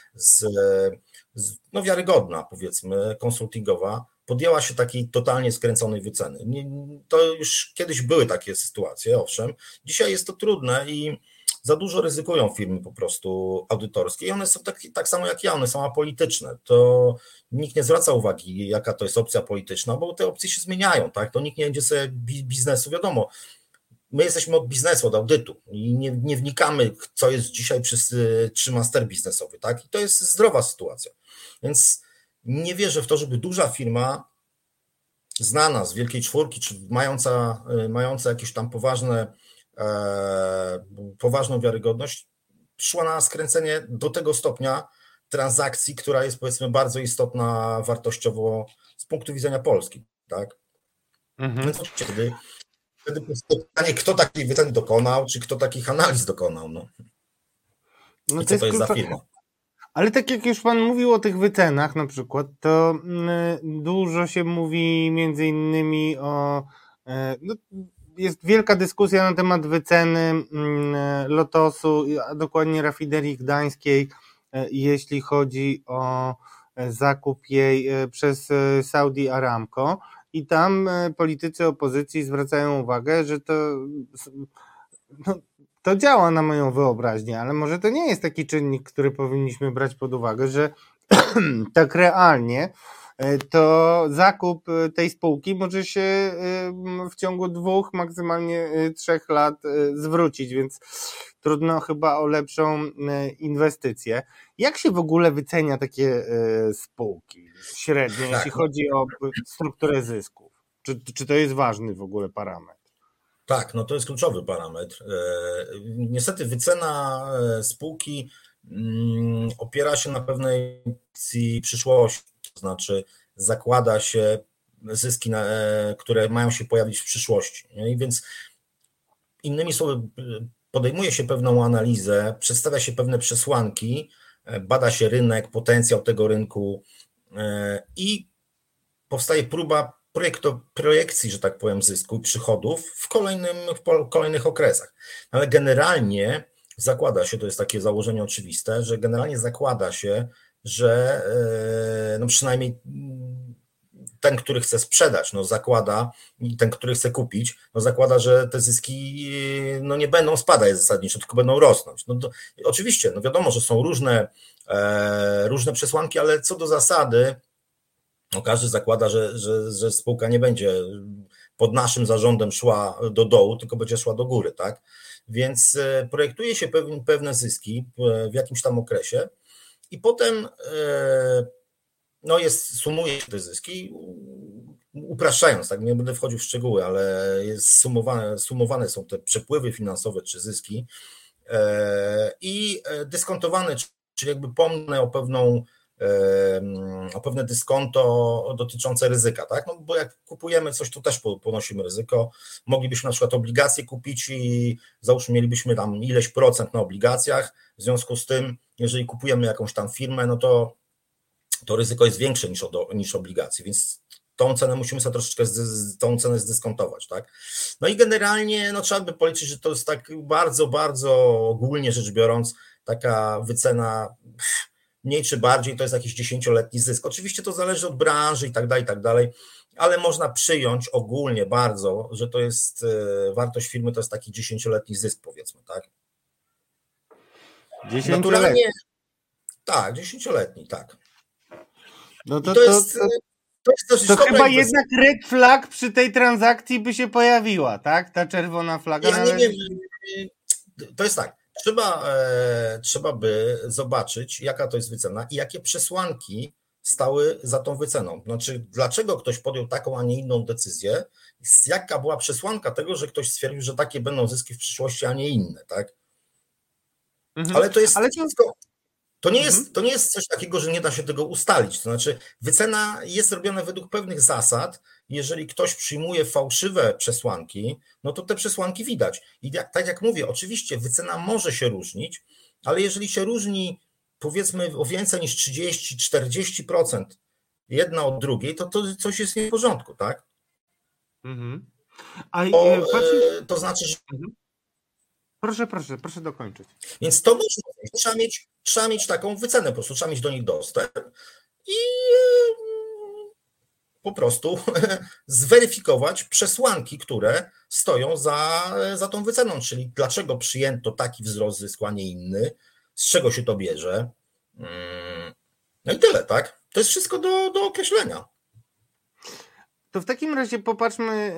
wiarygodna, powiedzmy, konsultingowa, podjęła się takiej totalnie skręconej wyceny. To już kiedyś były takie sytuacje, owszem. Dzisiaj jest to trudne i za dużo ryzykują firmy po prostu audytorskie i one są tak samo jak ja, one są apolityczne. To nikt nie zwraca uwagi, jaka to jest opcja polityczna, bo te opcje się zmieniają, tak? To nikt nie będzie sobie biznesu, wiadomo. my jesteśmy od biznesu, od audytu i nie wnikamy, co jest dzisiaj czy master biznesowy, tak? I to jest zdrowa sytuacja. Więc nie wierzę w to, żeby duża firma znana z Wielkiej Czwórki, czy mająca jakieś tam poważną wiarygodność, szła na skręcenie do tego stopnia transakcji, która jest, powiedzmy, bardzo istotna wartościowo z punktu widzenia Polski, tak? Więc wtedy pytanie, kto takiej wyceny dokonał, czy kto takich analiz dokonał, i co to jest za firma. Ale tak jak już pan mówił o tych wycenach na przykład, to dużo się mówi między innymi jest wielka dyskusja na temat wyceny Lotosu, a dokładnie rafinerii gdańskiej, jeśli chodzi o zakup jej przez Saudi Aramco. I tam politycy opozycji zwracają uwagę, że to działa na moją wyobraźnię, ale może to nie jest taki czynnik, który powinniśmy brać pod uwagę, że tak realnie to zakup tej spółki może się w ciągu 2, maksymalnie 3 lat zwrócić, więc trudno chyba o lepszą inwestycję. Jak się w ogóle wycenia takie spółki średnio, jeśli chodzi o strukturę zysków? Czy to jest ważny w ogóle parametr? Tak, no to jest kluczowy parametr. Niestety wycena spółki opiera się na pewnej przyszłości, to znaczy zakłada się zyski, które mają się pojawić w przyszłości. I więc innymi słowy, podejmuje się pewną analizę, przedstawia się pewne przesłanki, bada się rynek, potencjał tego rynku i powstaje próba projekcji, że tak powiem, zysku i przychodów w kolejnych okresach. Ale generalnie zakłada się, to jest takie założenie oczywiste, że generalnie zakłada się, że no przynajmniej ten, który chce sprzedać, zakłada, i ten, który chce kupić, zakłada, że te zyski nie będą spadać zasadniczo, tylko będą rosnąć. Oczywiście, wiadomo, że są różne przesłanki, ale co do zasady, każdy zakłada, że spółka nie będzie pod naszym zarządem szła do dołu, tylko będzie szła do góry, tak? Więc projektuje się pewne zyski w jakimś tam okresie i potem sumuje się te zyski, upraszczając, tak, nie będę wchodził w szczegóły, ale sumowane są te przepływy finansowe czy zyski i dyskontowane, czyli jakby pomnę o pewne dyskonto dotyczące ryzyka, tak? Bo jak kupujemy coś, to też ponosimy ryzyko. Moglibyśmy na przykład obligacje kupić i załóżmy mielibyśmy tam ileś procent na obligacjach, w związku z tym, jeżeli kupujemy jakąś tam firmę, to ryzyko jest większe niż obligacje, więc tą cenę musimy sobie troszeczkę tą cenę zdyskontować, tak? I generalnie trzeba by policzyć, że to jest tak bardzo, bardzo ogólnie rzecz biorąc taka wycena mniej czy bardziej to jest jakiś 10-letni zysk. Oczywiście to zależy od branży i tak dalej, ale można przyjąć ogólnie bardzo, że to jest wartość firmy, to jest taki 10-letni zysk, powiedzmy, tak? 10-letni? Naturalnie, tak, 10-letni, tak. To chyba jednak red flag przy tej transakcji by się pojawiła, tak? Ta czerwona flaga. Ja nie wiem, to jest tak. Trzeba by zobaczyć, jaka to jest wycena i jakie przesłanki stały za tą wyceną. Znaczy, dlaczego ktoś podjął taką, a nie inną decyzję, jaka była przesłanka tego, że ktoś stwierdził, że takie będą zyski w przyszłości, a nie inne, tak? Ale to jest wszystko. To nie jest coś takiego, że nie da się tego ustalić. To znaczy, wycena jest robiona według pewnych zasad. Jeżeli ktoś przyjmuje fałszywe przesłanki, to te przesłanki widać. I tak jak mówię, oczywiście wycena może się różnić, ale jeżeli się różni, powiedzmy, o więcej niż 30-40% jedna od drugiej, to coś jest nie w porządku, tak? Mhm. To znaczy, że... Proszę dokończyć. Więc to trzeba mieć taką wycenę, po prostu trzeba mieć do nich dostęp i po prostu zweryfikować przesłanki, które stoją za tą wyceną, czyli dlaczego przyjęto taki wzrost zysku, a nie inny, z czego się to bierze. I tyle, tak? To jest wszystko do określenia. To w takim razie popatrzmy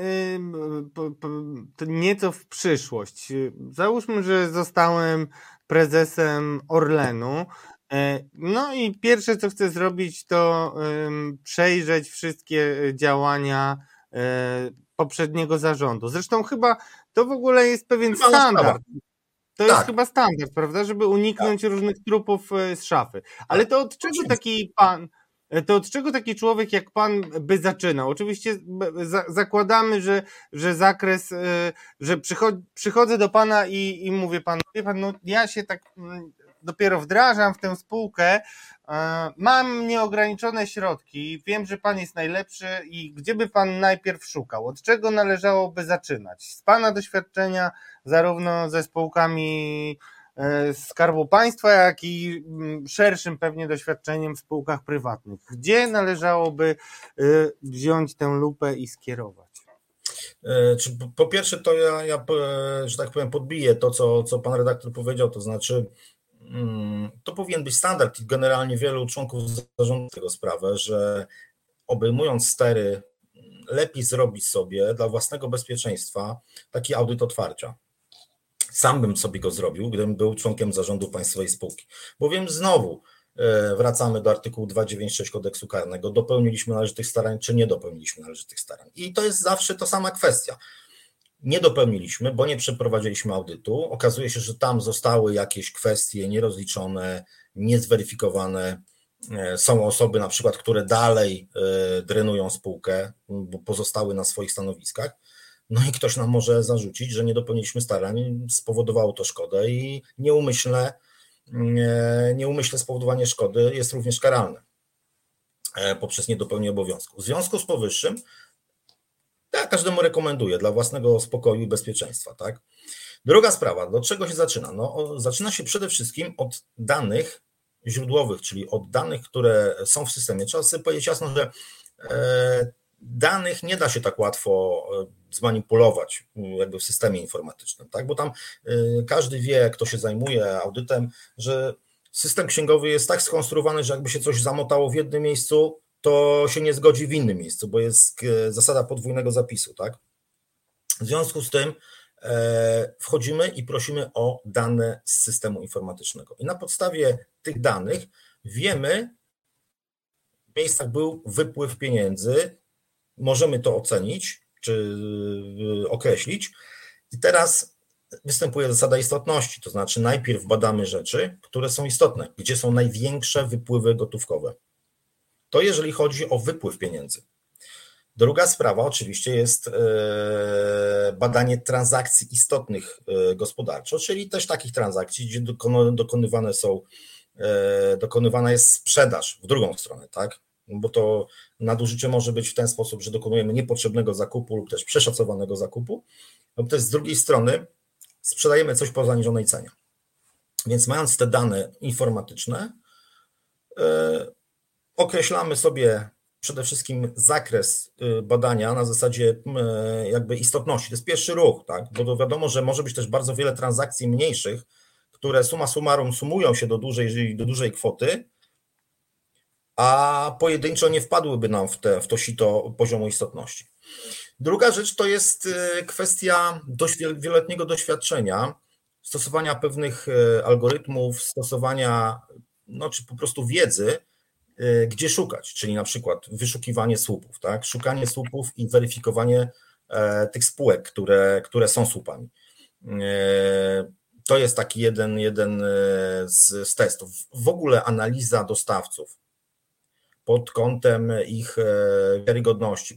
nieco w przyszłość. Załóżmy, że zostałem prezesem Orlenu. No i pierwsze, co chcę zrobić, to przejrzeć wszystkie działania poprzedniego zarządu. Zresztą chyba to w ogóle jest pewien standard. To jest chyba standard, prawda, żeby uniknąć różnych trupów z szafy. Ale to od czego taki człowiek jak pan by zaczynał? Oczywiście zakładamy, że zakres, że przychodzę do pana i mówię panu, wie pan, no ja się tak dopiero wdrażam w tę spółkę, mam nieograniczone środki, wiem, że pan jest najlepszy i gdzie by pan najpierw szukał? Od czego należałoby zaczynać? Z pana doświadczenia zarówno ze spółkami Skarbu Państwa, jak i szerszym pewnie doświadczeniem w spółkach prywatnych. Gdzie należałoby wziąć tę lupę i skierować? Po pierwsze, to ja że tak powiem, podbiję to, co pan redaktor powiedział, to znaczy to powinien być standard i generalnie wielu członków zarządu tego sprawę, że obejmując stery, lepiej zrobić sobie dla własnego bezpieczeństwa taki audyt otwarcia. Sam bym sobie go zrobił, gdybym był członkiem zarządu państwowej spółki. Bowiem znowu wracamy do artykułu 296 kodeksu karnego, dopełniliśmy należytych starań, czy nie dopełniliśmy należytych starań. I to jest zawsze ta sama kwestia. Nie dopełniliśmy, bo nie przeprowadziliśmy audytu. Okazuje się, że tam zostały jakieś kwestie nierozliczone, niezweryfikowane. Są osoby na przykład, które dalej drenują spółkę, bo pozostały na swoich stanowiskach. No i ktoś nam może zarzucić, że nie dopełniliśmy starań, spowodowało to szkodę i nieumyślne spowodowanie szkody jest również karalne poprzez niedopełnienie obowiązków. W związku z powyższym ja każdemu rekomenduję dla własnego spokoju i bezpieczeństwa. Tak? Druga sprawa, do czego się zaczyna? No, zaczyna się przede wszystkim od danych źródłowych, czyli od danych, które są w systemie. Trzeba sobie powiedzieć jasno, że danych nie da się tak łatwo zmanipulować jakby w systemie informatycznym, tak? Bo tam każdy wie, kto się zajmuje audytem, że system księgowy jest tak skonstruowany, że jakby się coś zamotało w jednym miejscu, to się nie zgodzi w innym miejscu, bo jest zasada podwójnego zapisu, tak? W związku z tym wchodzimy i prosimy o dane z systemu informatycznego. I na podstawie tych danych wiemy, w miejscach był wypływ pieniędzy, możemy to ocenić czy określić. I teraz występuje zasada istotności, to znaczy najpierw badamy rzeczy, które są istotne, gdzie są największe wypływy gotówkowe. To jeżeli chodzi o wypływ pieniędzy. Druga sprawa oczywiście jest badanie transakcji istotnych gospodarczo, czyli też takich transakcji, gdzie dokonywana jest sprzedaż w drugą stronę, tak? Bo to nadużycie może być w ten sposób, że dokonujemy niepotrzebnego zakupu lub też przeszacowanego zakupu, lub też z drugiej strony sprzedajemy coś po zaniżonej cenie. Więc mając te dane informatyczne, określamy sobie przede wszystkim zakres badania na zasadzie jakby istotności. To jest pierwszy ruch, tak? Bo to wiadomo, że może być też bardzo wiele transakcji mniejszych, które summa summarum sumują się do dużej kwoty, a pojedynczo nie wpadłyby nam w to sito poziomu istotności. Druga rzecz to jest kwestia wieloletniego doświadczenia, stosowania pewnych algorytmów, stosowania, czy po prostu wiedzy, gdzie szukać, czyli na przykład wyszukiwanie słupów, tak? Szukanie słupów i weryfikowanie tych spółek, które są słupami. To jest taki jeden z testów. W ogóle analiza dostawców pod kątem ich wiarygodności,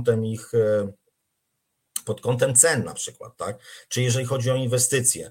pod kątem cen na przykład, tak? Czy jeżeli chodzi o inwestycje,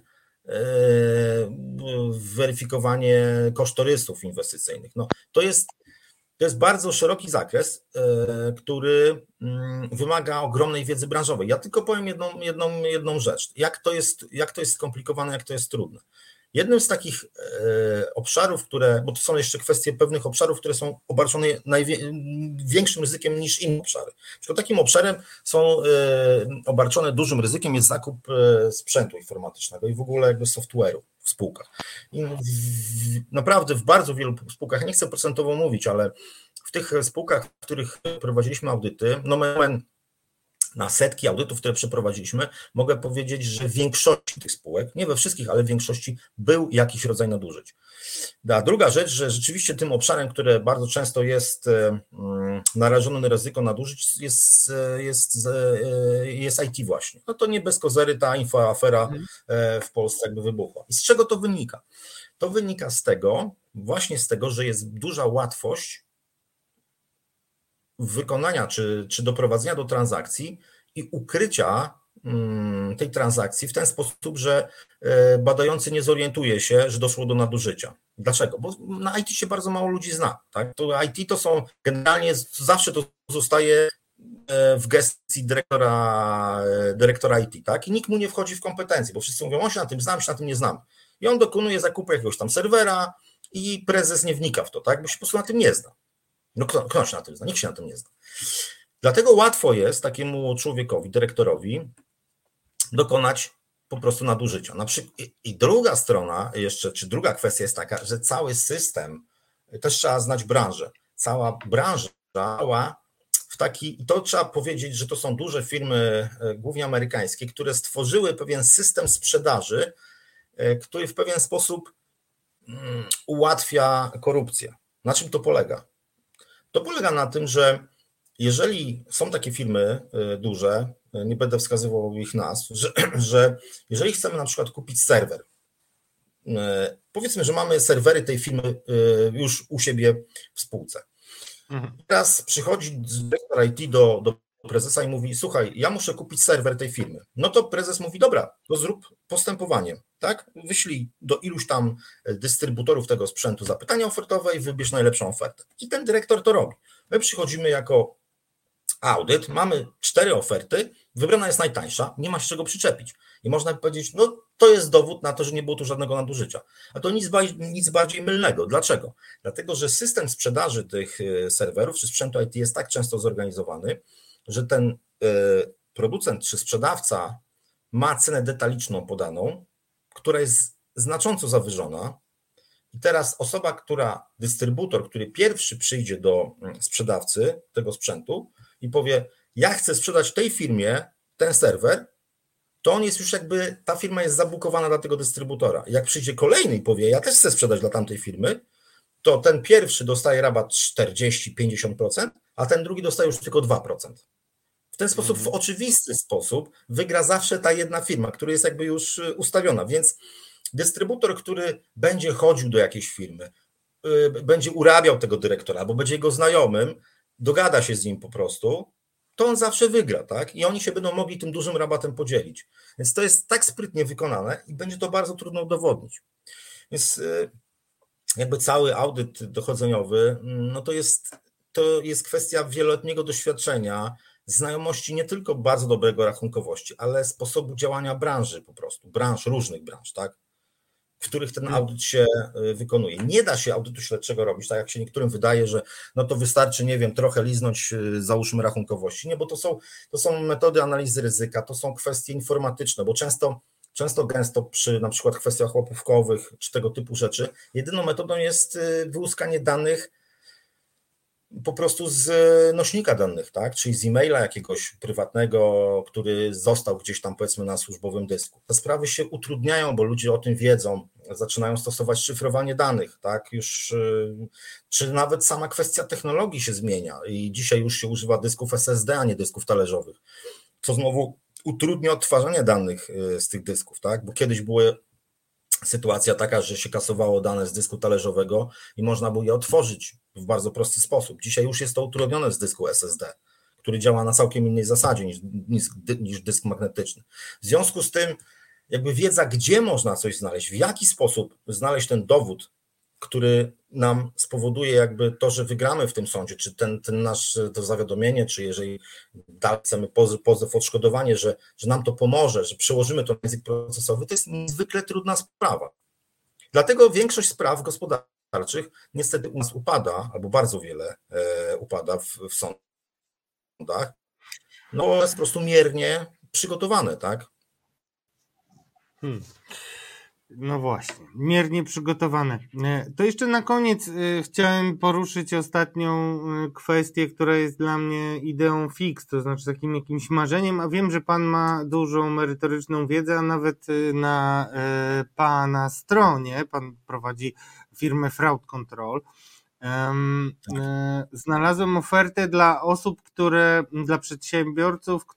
weryfikowanie kosztorysów inwestycyjnych. To jest bardzo szeroki zakres, który wymaga ogromnej wiedzy branżowej. Ja tylko powiem jedną rzecz. Jak to jest skomplikowane, jak to jest trudne. Jednym z takich obszarów, bo to są jeszcze kwestie pewnych obszarów, które są obarczone większym ryzykiem niż inne obszary. Takim obszarem są obarczone dużym ryzykiem jest zakup sprzętu informatycznego i w ogóle jakby software'u w spółkach. I naprawdę w bardzo wielu spółkach, nie chcę procentowo mówić, ale w tych spółkach, w których prowadziliśmy audyty, na setki audytów, które przeprowadziliśmy, mogę powiedzieć, że w większości tych spółek, nie we wszystkich, ale w większości był jakiś rodzaj nadużyć. A druga rzecz, że rzeczywiście tym obszarem, który bardzo często jest narażony na ryzyko nadużyć, jest IT właśnie. No to nie bez kozery ta infoafera w Polsce jakby wybuchła. I z czego to wynika? To wynika właśnie z tego, że jest duża łatwość wykonania czy doprowadzenia do transakcji i ukrycia tej transakcji w ten sposób, że badający nie zorientuje się, że doszło do nadużycia. Dlaczego? Bo na IT się bardzo mało ludzi zna. Tak? To IT to są generalnie zawsze to zostaje w gestii dyrektora IT, tak? I nikt mu nie wchodzi w kompetencje, bo wszyscy mówią, on się na tym znam, się na tym nie znam. I on dokonuje zakupu jakiegoś tam serwera i prezes nie wnika w to, tak? Bo się po prostu na tym nie zna. No kto się na tym zna? Nikt się na tym nie zna. Dlatego łatwo jest takiemu człowiekowi, dyrektorowi dokonać po prostu nadużycia. I druga strona jeszcze, czy druga kwestia jest taka, że cały system, też trzeba znać branżę, cała branża i to trzeba powiedzieć, że to są duże firmy, głównie amerykańskie, które stworzyły pewien system sprzedaży, który w pewien sposób ułatwia korupcję. Na czym to polega? To polega na tym, że jeżeli są takie firmy duże, nie będę wskazywał ich nazw, że jeżeli chcemy na przykład kupić serwer, powiedzmy, że mamy serwery tej firmy już u siebie w spółce. Teraz przychodzi dyrektor IT do prezesa i mówi, słuchaj, ja muszę kupić serwer tej firmy. No to prezes mówi, dobra, to zrób postępowanie, tak? Wyślij do iluś tam dystrybutorów tego sprzętu zapytania ofertowe i wybierz najlepszą ofertę. I ten dyrektor to robi. My przychodzimy jako audyt, mamy 4 oferty, wybrana jest najtańsza, nie ma się czego przyczepić. I można powiedzieć, no to jest dowód na to, że nie było tu żadnego nadużycia. A to nic bardziej mylnego. Dlaczego? Dlatego, że system sprzedaży tych serwerów czy sprzętu IT jest tak często zorganizowany, że ten producent czy sprzedawca ma cenę detaliczną podaną, która jest znacząco zawyżona. I teraz dystrybutor, który pierwszy przyjdzie do sprzedawcy tego sprzętu i powie, ja chcę sprzedać tej firmie ten serwer, to on jest już jakby, ta firma jest zabukowana dla tego dystrybutora. Jak przyjdzie kolejny i powie, ja też chcę sprzedać dla tamtej firmy, to ten pierwszy dostaje rabat 40-50%, a ten drugi dostaje już tylko 2%. W ten sposób, w oczywisty sposób wygra zawsze ta jedna firma, która jest jakby już ustawiona, więc dystrybutor, który będzie chodził do jakiejś firmy, będzie urabiał tego dyrektora, albo będzie jego znajomym, dogada się z nim po prostu, to on zawsze wygra, tak? I oni się będą mogli tym dużym rabatem podzielić. Więc to jest tak sprytnie wykonane i będzie to bardzo trudno udowodnić. Więc jakby cały audyt dochodzeniowy, no to jest kwestia wieloletniego doświadczenia, znajomości nie tylko bardzo dobrego rachunkowości, ale sposobu działania branży po prostu, różnych branż, tak? W których ten audyt się wykonuje. Nie da się audytu śledczego robić, tak jak się niektórym wydaje, że no to wystarczy, nie wiem, trochę liznąć, załóżmy rachunkowości. Nie, bo to są metody analizy ryzyka, to są kwestie informatyczne, bo gęsto przy na przykład kwestiach łapówkowych czy tego typu rzeczy, jedyną metodą jest wyłuskanie danych po prostu z nośnika danych, tak? Czyli z e-maila jakiegoś prywatnego, który został gdzieś tam powiedzmy na służbowym dysku. Te sprawy się utrudniają, bo ludzie o tym wiedzą, zaczynają stosować szyfrowanie danych, tak? Już, czy nawet sama kwestia technologii się zmienia i dzisiaj już się używa dysków SSD, a nie dysków talerzowych, co znowu utrudnia odtwarzanie danych z tych dysków, tak? Bo kiedyś była sytuacja taka, że się kasowało dane z dysku talerzowego i można było je otworzyć w bardzo prosty sposób. Dzisiaj już jest to utrudnione z dysku SSD, który działa na całkiem innej zasadzie niż dysk magnetyczny. W związku z tym jakby wiedza, gdzie można coś znaleźć, w jaki sposób znaleźć ten dowód, który nam spowoduje jakby to, że wygramy w tym sądzie, czy to zawiadomienie, czy jeżeli dalej chcemy pozew odszkodowanie, że nam to pomoże, że przełożymy to na język procesowy, to jest niezwykle trudna sprawa. Dlatego większość spraw gospodarczych niestety u nas upada, albo bardzo wiele upada w sądach, no jest po prostu miernie przygotowane, tak? No właśnie, miernie przygotowane. To jeszcze na koniec chciałem poruszyć ostatnią kwestię, która jest dla mnie ideą fix, to znaczy takim jakimś marzeniem, a wiem, że pan ma dużą merytoryczną wiedzę, a nawet na pana stronie, pan prowadzi firmę Fraud Control. Znalazłem ofertę dla osób, dla przedsiębiorców,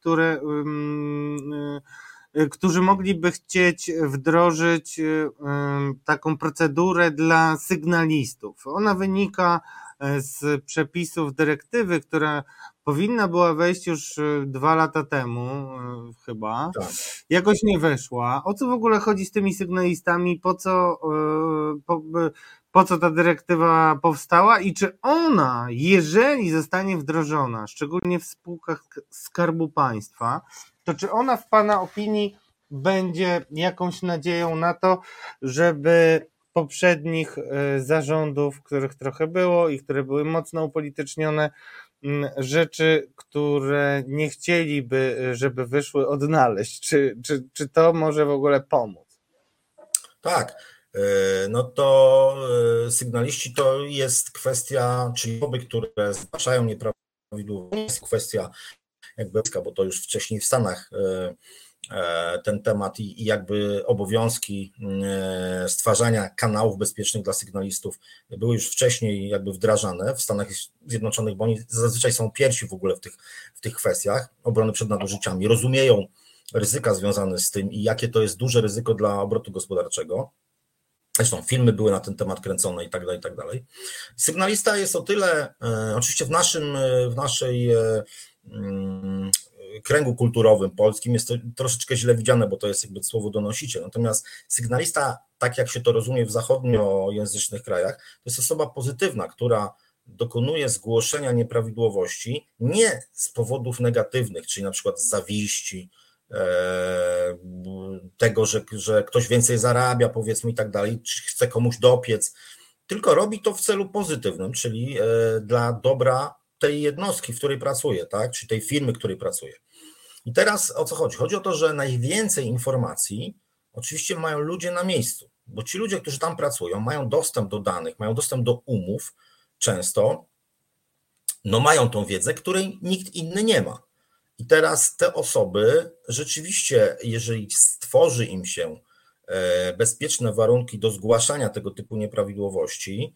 którzy mogliby chcieć wdrożyć taką procedurę dla sygnalistów. Ona wynika z przepisów dyrektywy, która powinna była wejść już 2 lata temu chyba. Tak. Jakoś nie weszła. O co w ogóle chodzi z tymi sygnalistami? Po co ta dyrektywa powstała i czy ona, jeżeli zostanie wdrożona, szczególnie w spółkach Skarbu Państwa, to czy ona w pana opinii będzie jakąś nadzieją na to, żeby poprzednich zarządów, których trochę było i które były mocno upolitycznione, rzeczy, które nie chcieliby, żeby wyszły, odnaleźć? Czy to może w ogóle pomóc? Tak, no to sygnaliści to jest kwestia, czyli osoby, które zgłaszają nieprawidłowości, nie jest kwestia jakby, bo to już wcześniej w Stanach ten temat i jakby obowiązki stwarzania kanałów bezpiecznych dla sygnalistów były już wcześniej jakby wdrażane w Stanach Zjednoczonych, bo oni zazwyczaj są pierwsi w ogóle w tych kwestiach obrony przed nadużyciami, rozumieją ryzyka związane z tym i jakie to jest duże ryzyko dla obrotu gospodarczego. Zresztą filmy były na ten temat kręcone i tak dalej, i tak dalej. Sygnalista jest o tyle, oczywiście w naszej kręgu kulturowym polskim jest to troszeczkę źle widziane, bo to jest jakby słowo donosiciel. Natomiast sygnalista, tak jak się to rozumie w zachodniojęzycznych krajach, to jest osoba pozytywna, która dokonuje zgłoszenia nieprawidłowości nie z powodów negatywnych, czyli na przykład z zawiści, tego, że ktoś więcej zarabia, powiedzmy i tak dalej, czy chce komuś dopiec, tylko robi to w celu pozytywnym, czyli dla dobra tej jednostki, w której pracuje, tak? Czy tej firmy, w której pracuje. I teraz o co chodzi? Chodzi o to, że najwięcej informacji oczywiście mają ludzie na miejscu, bo ci ludzie, którzy tam pracują, mają dostęp do danych, mają dostęp do umów, często mają tą wiedzę, której nikt inny nie ma. I teraz te osoby rzeczywiście, jeżeli stworzy im się bezpieczne warunki do zgłaszania tego typu nieprawidłowości,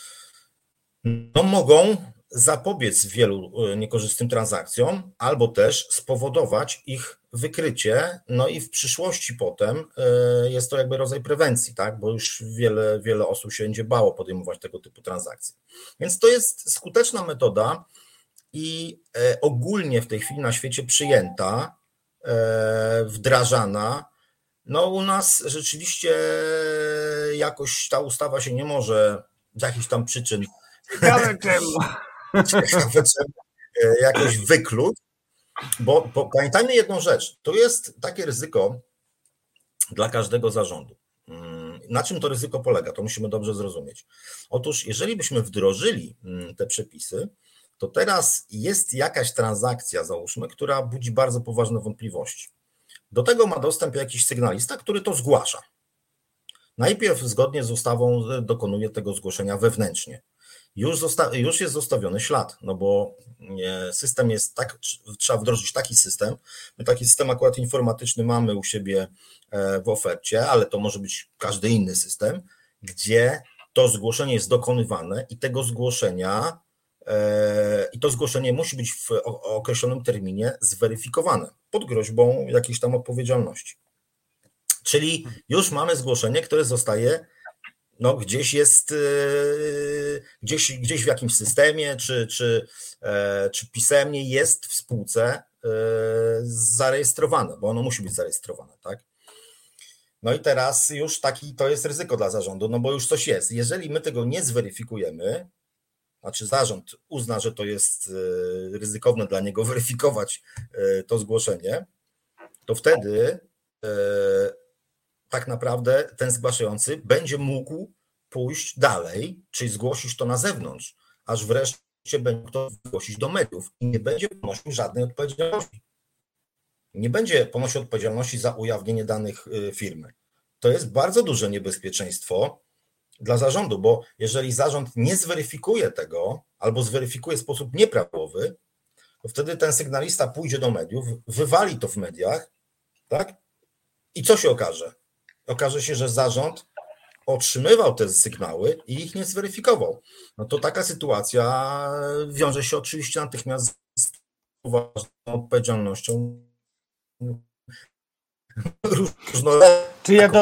mogą zapobiec wielu niekorzystnym transakcjom, albo też spowodować ich wykrycie, i w przyszłości potem jest to jakby rodzaj prewencji, tak? Bo już wiele osób się będzie bało podejmować tego typu transakcje. Więc to jest skuteczna metoda i ogólnie w tej chwili na świecie przyjęta, wdrażana. U nas rzeczywiście jakoś ta ustawa się nie może z jakichś tam przyczyn jakoś wykluć, bo pamiętajmy jedną rzecz, to jest takie ryzyko dla każdego zarządu. Na czym to ryzyko polega? To musimy dobrze zrozumieć. Otóż jeżeli byśmy wdrożyli te przepisy, to teraz jest jakaś transakcja, załóżmy, która budzi bardzo poważne wątpliwości. Do tego ma dostęp jakiś sygnalista, który to zgłasza. Najpierw zgodnie z ustawą dokonuje tego zgłoszenia wewnętrznie. Już jest zostawiony ślad, bo system jest tak, trzeba wdrożyć taki system. My taki system akurat informatyczny mamy u siebie w ofercie, ale to może być każdy inny system, gdzie to zgłoszenie jest dokonywane i to zgłoszenie musi być w określonym terminie zweryfikowane pod groźbą jakiejś tam odpowiedzialności. Czyli już mamy zgłoszenie, które zostaje, gdzieś jest, gdzieś w jakimś systemie, czy pisemnie jest w spółce zarejestrowane, bo ono musi być zarejestrowane, tak? I teraz już to jest ryzyko dla zarządu, bo już coś jest. Jeżeli my tego nie zweryfikujemy, znaczy zarząd uzna, że to jest ryzykowne dla niego weryfikować to zgłoszenie, to wtedy tak naprawdę ten zgłaszający będzie mógł pójść dalej, czyli zgłosić to na zewnątrz, aż wreszcie będzie to zgłosić do mediów i nie będzie ponosił żadnej odpowiedzialności. Nie będzie ponosił odpowiedzialności za ujawnienie danych firmy. To jest bardzo duże niebezpieczeństwo dla zarządu, bo jeżeli zarząd nie zweryfikuje tego albo zweryfikuje w sposób nieprawidłowy, to wtedy ten sygnalista pójdzie do mediów, wywali to w mediach, tak? I co się okaże? Okaże się, że zarząd otrzymywał te sygnały i ich nie zweryfikował. No to taka sytuacja wiąże się oczywiście natychmiast z poważną odpowiedzialnością różnorodną.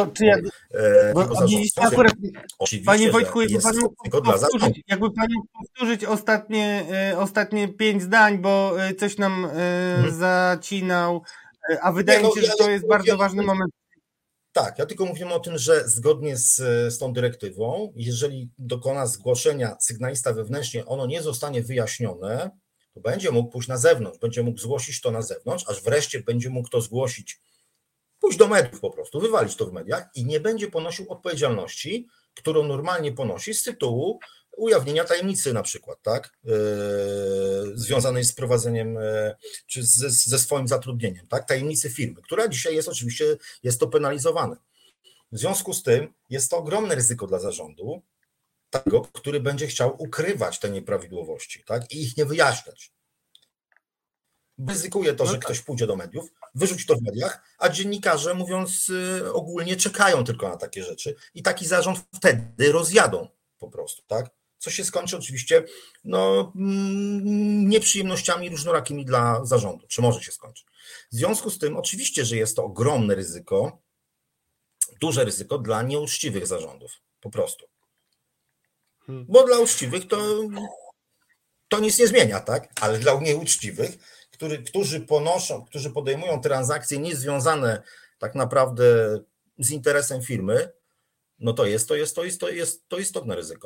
Panie Wojtku, jakby pan mógł powtórzyć ostatnie 5 zdań, bo coś nam zacinał, a wydaje mi się, że to jest bardzo ważny moment. Tak, ja tylko mówię o tym, że zgodnie z tą dyrektywą, jeżeli dokona zgłoszenia sygnalista wewnętrznie, ono nie zostanie wyjaśnione, to będzie mógł pójść na zewnątrz, będzie mógł zgłosić to na zewnątrz, aż wreszcie będzie mógł to zgłosić, pójść do mediów po prostu, wywalić to w mediach i nie będzie ponosił odpowiedzialności, którą normalnie ponosi z tytułu ujawnienia tajemnicy na przykład, tak, związanej z prowadzeniem, czy ze swoim zatrudnieniem, tak, tajemnicy firmy, która dzisiaj jest oczywiście, jest to penalizowane. W związku z tym jest to ogromne ryzyko dla zarządu, tego, który będzie chciał ukrywać te nieprawidłowości, tak, i ich nie wyjaśniać. Ryzykuje to, że ktoś pójdzie do mediów, wyrzuci to w mediach, a dziennikarze, mówiąc ogólnie, czekają tylko na takie rzeczy i taki zarząd wtedy rozjadą po prostu, tak? Co się skończy oczywiście nieprzyjemnościami różnorakimi dla zarządu, czy może się skończyć. W związku z tym oczywiście, że jest to ogromne ryzyko, duże ryzyko dla nieuczciwych zarządów, po prostu. Bo dla uczciwych to nic nie zmienia, tak? Ale dla nieuczciwych, którzy podejmują transakcje niezwiązane tak naprawdę z interesem firmy, no to jest to istotne ryzyko.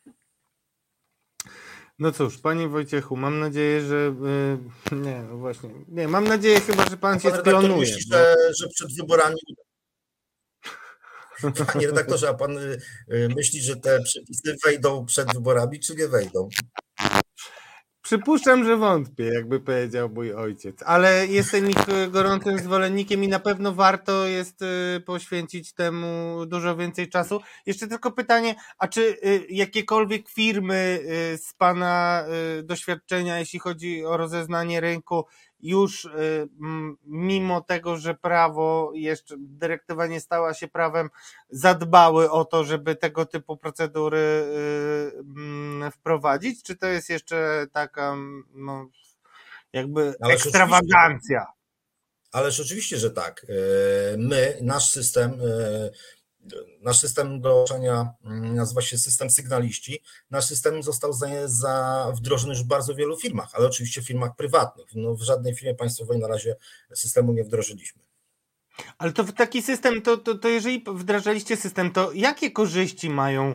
No cóż, panie Wojciechu, mam nadzieję, że mam nadzieję chyba, że pan się sklonuje. Myśli, że przed wyborami... Panie redaktorze, a pan myśli, że te przepisy wejdą przed wyborami, czy nie wejdą? Przypuszczam, że wątpię, jakby powiedział mój ojciec, ale jestem ich gorącym zwolennikiem i na pewno warto jest poświęcić temu dużo więcej czasu. Jeszcze tylko pytanie, a czy jakiekolwiek firmy z pana doświadczenia, jeśli chodzi o rozeznanie rynku, już mimo tego, że prawo jeszcze, dyrektywa nie stała się prawem, zadbały o to, żeby tego typu procedury wprowadzić? Czy to jest jeszcze taka jakby ekstrawagancja? Ależ oczywiście, że tak. Nasz system dołączania nazywa się system sygnaliści. Nasz system został wdrożony już w bardzo wielu firmach, ale oczywiście w firmach prywatnych. W żadnej firmie państwowej na razie systemu nie wdrożyliśmy. Ale to taki system, to jeżeli wdrażaliście system, to jakie korzyści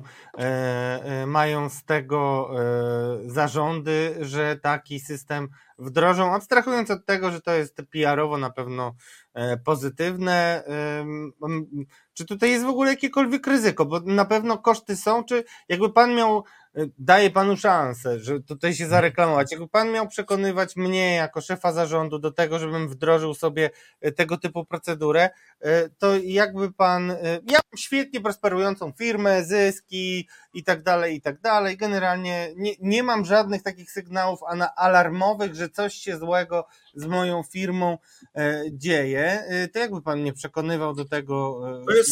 mają z tego zarządy, że taki system wdrożą, abstrahując od tego, że to jest PR-owo na pewno pozytywne, czy tutaj jest w ogóle jakiekolwiek ryzyko, bo na pewno koszty są, czy jakby pan miał, daję panu szansę, że tutaj się zareklamować, jakby pan miał przekonywać mnie jako szefa zarządu do tego, żebym wdrożył sobie tego typu procedurę, to jakby pan, ja mam świetnie prosperującą firmę, zyski i tak dalej, generalnie nie mam żadnych takich sygnałów alarmowych, że coś się złego z moją firmą dzieje, to jakby pan mnie przekonywał do tego?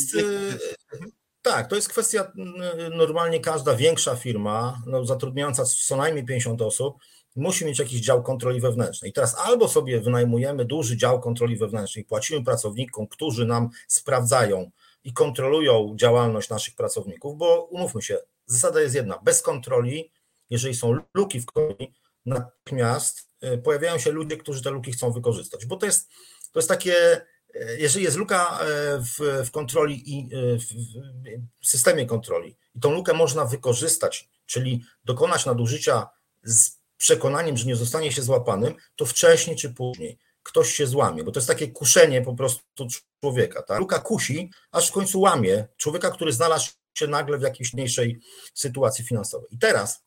To jest kwestia, normalnie każda większa firma, zatrudniająca co najmniej 50 osób, musi mieć jakiś dział kontroli wewnętrznej. I teraz albo sobie wynajmujemy duży dział kontroli wewnętrznej, płacimy pracownikom, którzy nam sprawdzają i kontrolują działalność naszych pracowników, bo umówmy się, zasada jest jedna, bez kontroli, jeżeli są luki w kontroli, natychmiast pojawiają się ludzie, którzy te luki chcą wykorzystać, bo to jest takie, jeżeli jest luka w kontroli i w systemie kontroli i tą lukę można wykorzystać, czyli dokonać nadużycia z przekonaniem, że nie zostanie się złapanym, to wcześniej czy później ktoś się złamie, bo to jest takie kuszenie po prostu człowieka. Ta luka kusi, aż w końcu łamie człowieka, który znalazł się nagle w jakiejś mniejszej sytuacji finansowej. I teraz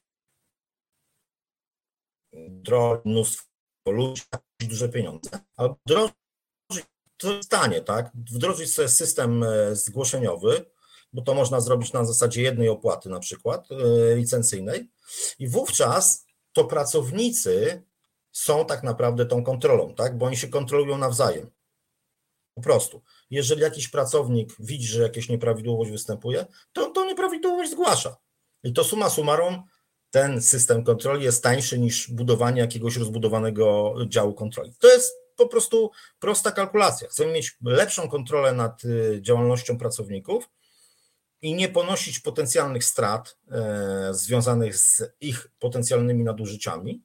mnóstwo ludzi, duże pieniądze, albo wdrożyć to jest tanie, tak? Wdrożyć sobie system zgłoszeniowy, bo to można zrobić na zasadzie jednej opłaty na przykład licencyjnej i wówczas to pracownicy są tak naprawdę tą kontrolą, tak? Bo oni się kontrolują nawzajem. Po prostu. Jeżeli jakiś pracownik widzi, że jakaś nieprawidłowość występuje, to on tą nieprawidłowość zgłasza. I to summa summarum ten system kontroli jest tańszy niż budowanie jakiegoś rozbudowanego działu kontroli. To jest po prostu prosta kalkulacja. Chcemy mieć lepszą kontrolę nad działalnością pracowników i nie ponosić potencjalnych strat związanych z ich potencjalnymi nadużyciami,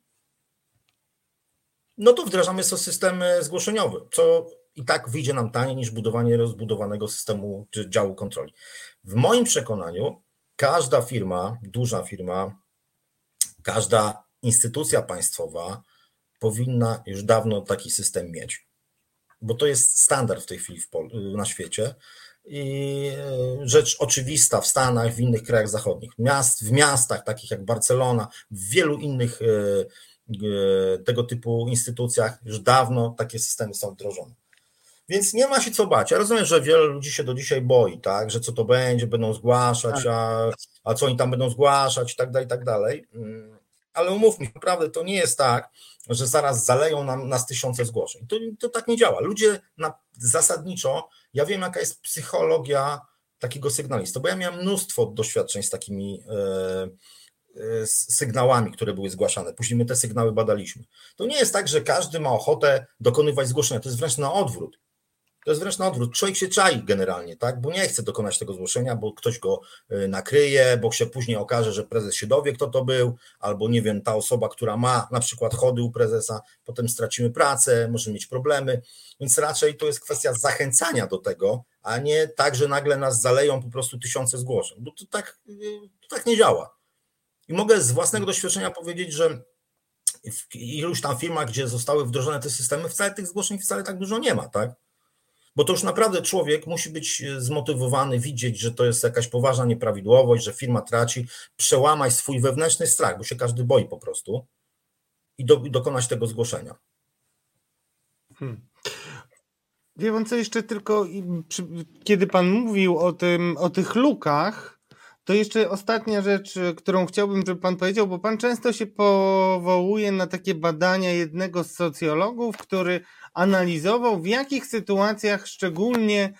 no to wdrażamy sobie system zgłoszeniowy, co i tak wyjdzie nam taniej niż budowanie rozbudowanego systemu czy działu kontroli. W moim przekonaniu każda firma, duża firma, każda instytucja państwowa powinna już dawno taki system mieć, bo to jest standard w tej chwili na świecie i rzecz oczywista w Stanach, w innych krajach zachodnich, w miastach takich jak Barcelona, w wielu innych tego typu instytucjach już dawno takie systemy są wdrożone. Więc nie ma się co bać. Ja rozumiem, że wiele ludzi się do dzisiaj boi, tak, że co to będzie, będą zgłaszać, a co oni tam będą zgłaszać i tak dalej. Ale umówmy się, naprawdę to nie jest tak, że zaraz zaleją nas tysiące zgłoszeń. To tak nie działa. Ludzie zasadniczo, ja wiem jaka jest psychologia takiego sygnalisty, bo ja miałem mnóstwo doświadczeń z takimi sygnałami, które były zgłaszane. Później my te sygnały badaliśmy. To nie jest tak, że każdy ma ochotę dokonywać zgłoszenia. To jest wręcz na odwrót. Człowiek się czai generalnie, tak? Bo nie chce dokonać tego zgłoszenia, bo ktoś go nakryje, bo się później okaże, że prezes się dowie, kto to był, albo nie wiem, ta osoba, która ma na przykład chody u prezesa, potem stracimy pracę, możemy mieć problemy, więc raczej to jest kwestia zachęcania do tego, a nie tak, że nagle nas zaleją po prostu tysiące zgłoszeń, bo to tak nie działa. I mogę z własnego doświadczenia powiedzieć, że w iluś tam firmach, gdzie zostały wdrożone te systemy, wcale tych zgłoszeń wcale tak dużo nie ma, tak? Bo to już naprawdę człowiek musi być zmotywowany, widzieć, że to jest jakaś poważna nieprawidłowość, że firma traci, przełamać swój wewnętrzny strach, bo się każdy boi po prostu i dokonać tego zgłoszenia. Wie pan co, jeszcze tylko, kiedy pan mówił o tych lukach, to jeszcze ostatnia rzecz, którą chciałbym, żeby pan powiedział, bo pan często się powołuje na takie badania jednego z socjologów, który analizował, w jakich sytuacjach szczególnie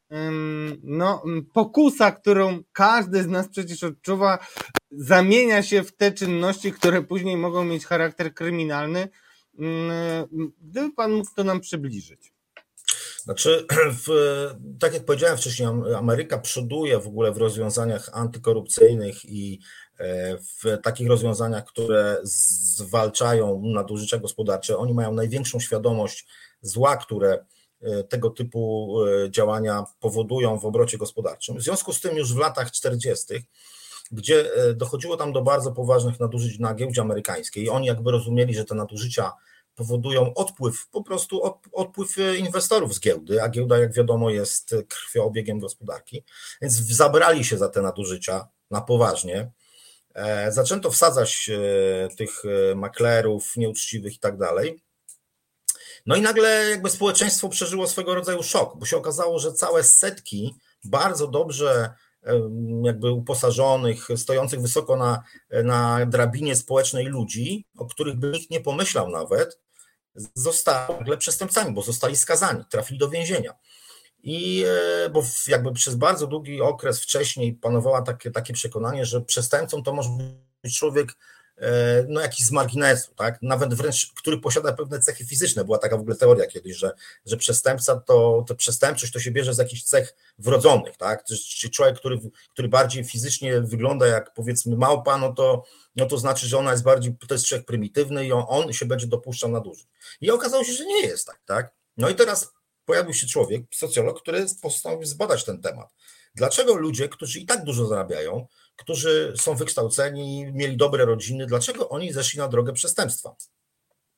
pokusa, którą każdy z nas przecież odczuwa, zamienia się w te czynności, które później mogą mieć charakter kryminalny. Gdyby pan mógł to nam przybliżyć. Znaczy, tak jak powiedziałem wcześniej, Ameryka przoduje w ogóle w rozwiązaniach antykorupcyjnych i w takich rozwiązaniach, które zwalczają nadużycia gospodarcze. Oni mają największą świadomość zła, które tego typu działania powodują w obrocie gospodarczym. W związku z tym już w latach 40., gdzie dochodziło tam do bardzo poważnych nadużyć na giełdzie amerykańskiej i oni jakby rozumieli, że te nadużycia powodują odpływ inwestorów z giełdy, a giełda, jak wiadomo, jest krwiobiegiem gospodarki, więc zabrali się za te nadużycia na poważnie. Zaczęto wsadzać tych maklerów nieuczciwych i tak dalej. No i nagle jakby społeczeństwo przeżyło swego rodzaju szok, bo się okazało, że całe setki bardzo dobrze jakby uposażonych, stojących wysoko na drabinie społecznej ludzi, o których by nikt nie pomyślał nawet, zostali nagle przestępcami, bo zostali skazani, trafili do więzienia. Bo jakby przez bardzo długi okres wcześniej panowała takie przekonanie, że przestępcą to może być człowiek jakiś z marginesu, tak? Nawet wręcz, który posiada pewne cechy fizyczne. Była taka w ogóle teoria kiedyś, że przestępca to przestępczość to się bierze z jakichś cech wrodzonych, tak? Czy człowiek, który bardziej fizycznie wygląda jak powiedzmy małpa, no to znaczy, że ona jest bardziej, to jest człowiek prymitywny i on się będzie dopuszczał nadużyć. I okazało się, że nie jest tak? No i teraz pojawił się człowiek, socjolog, który postanowił zbadać ten temat. Dlaczego ludzie, którzy i tak dużo zarabiają, którzy są wykształceni, mieli dobre rodziny, dlaczego oni zeszli na drogę przestępstwa?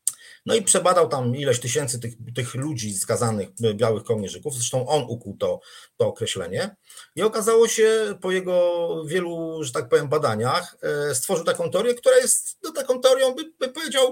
No i przebadał tam ileś tysięcy tych ludzi skazanych, białych kołnierzyków, zresztą on ukuł to określenie i okazało się po jego wielu, że tak powiem, badaniach, stworzył taką teorię, która jest taką teorią, by powiedział,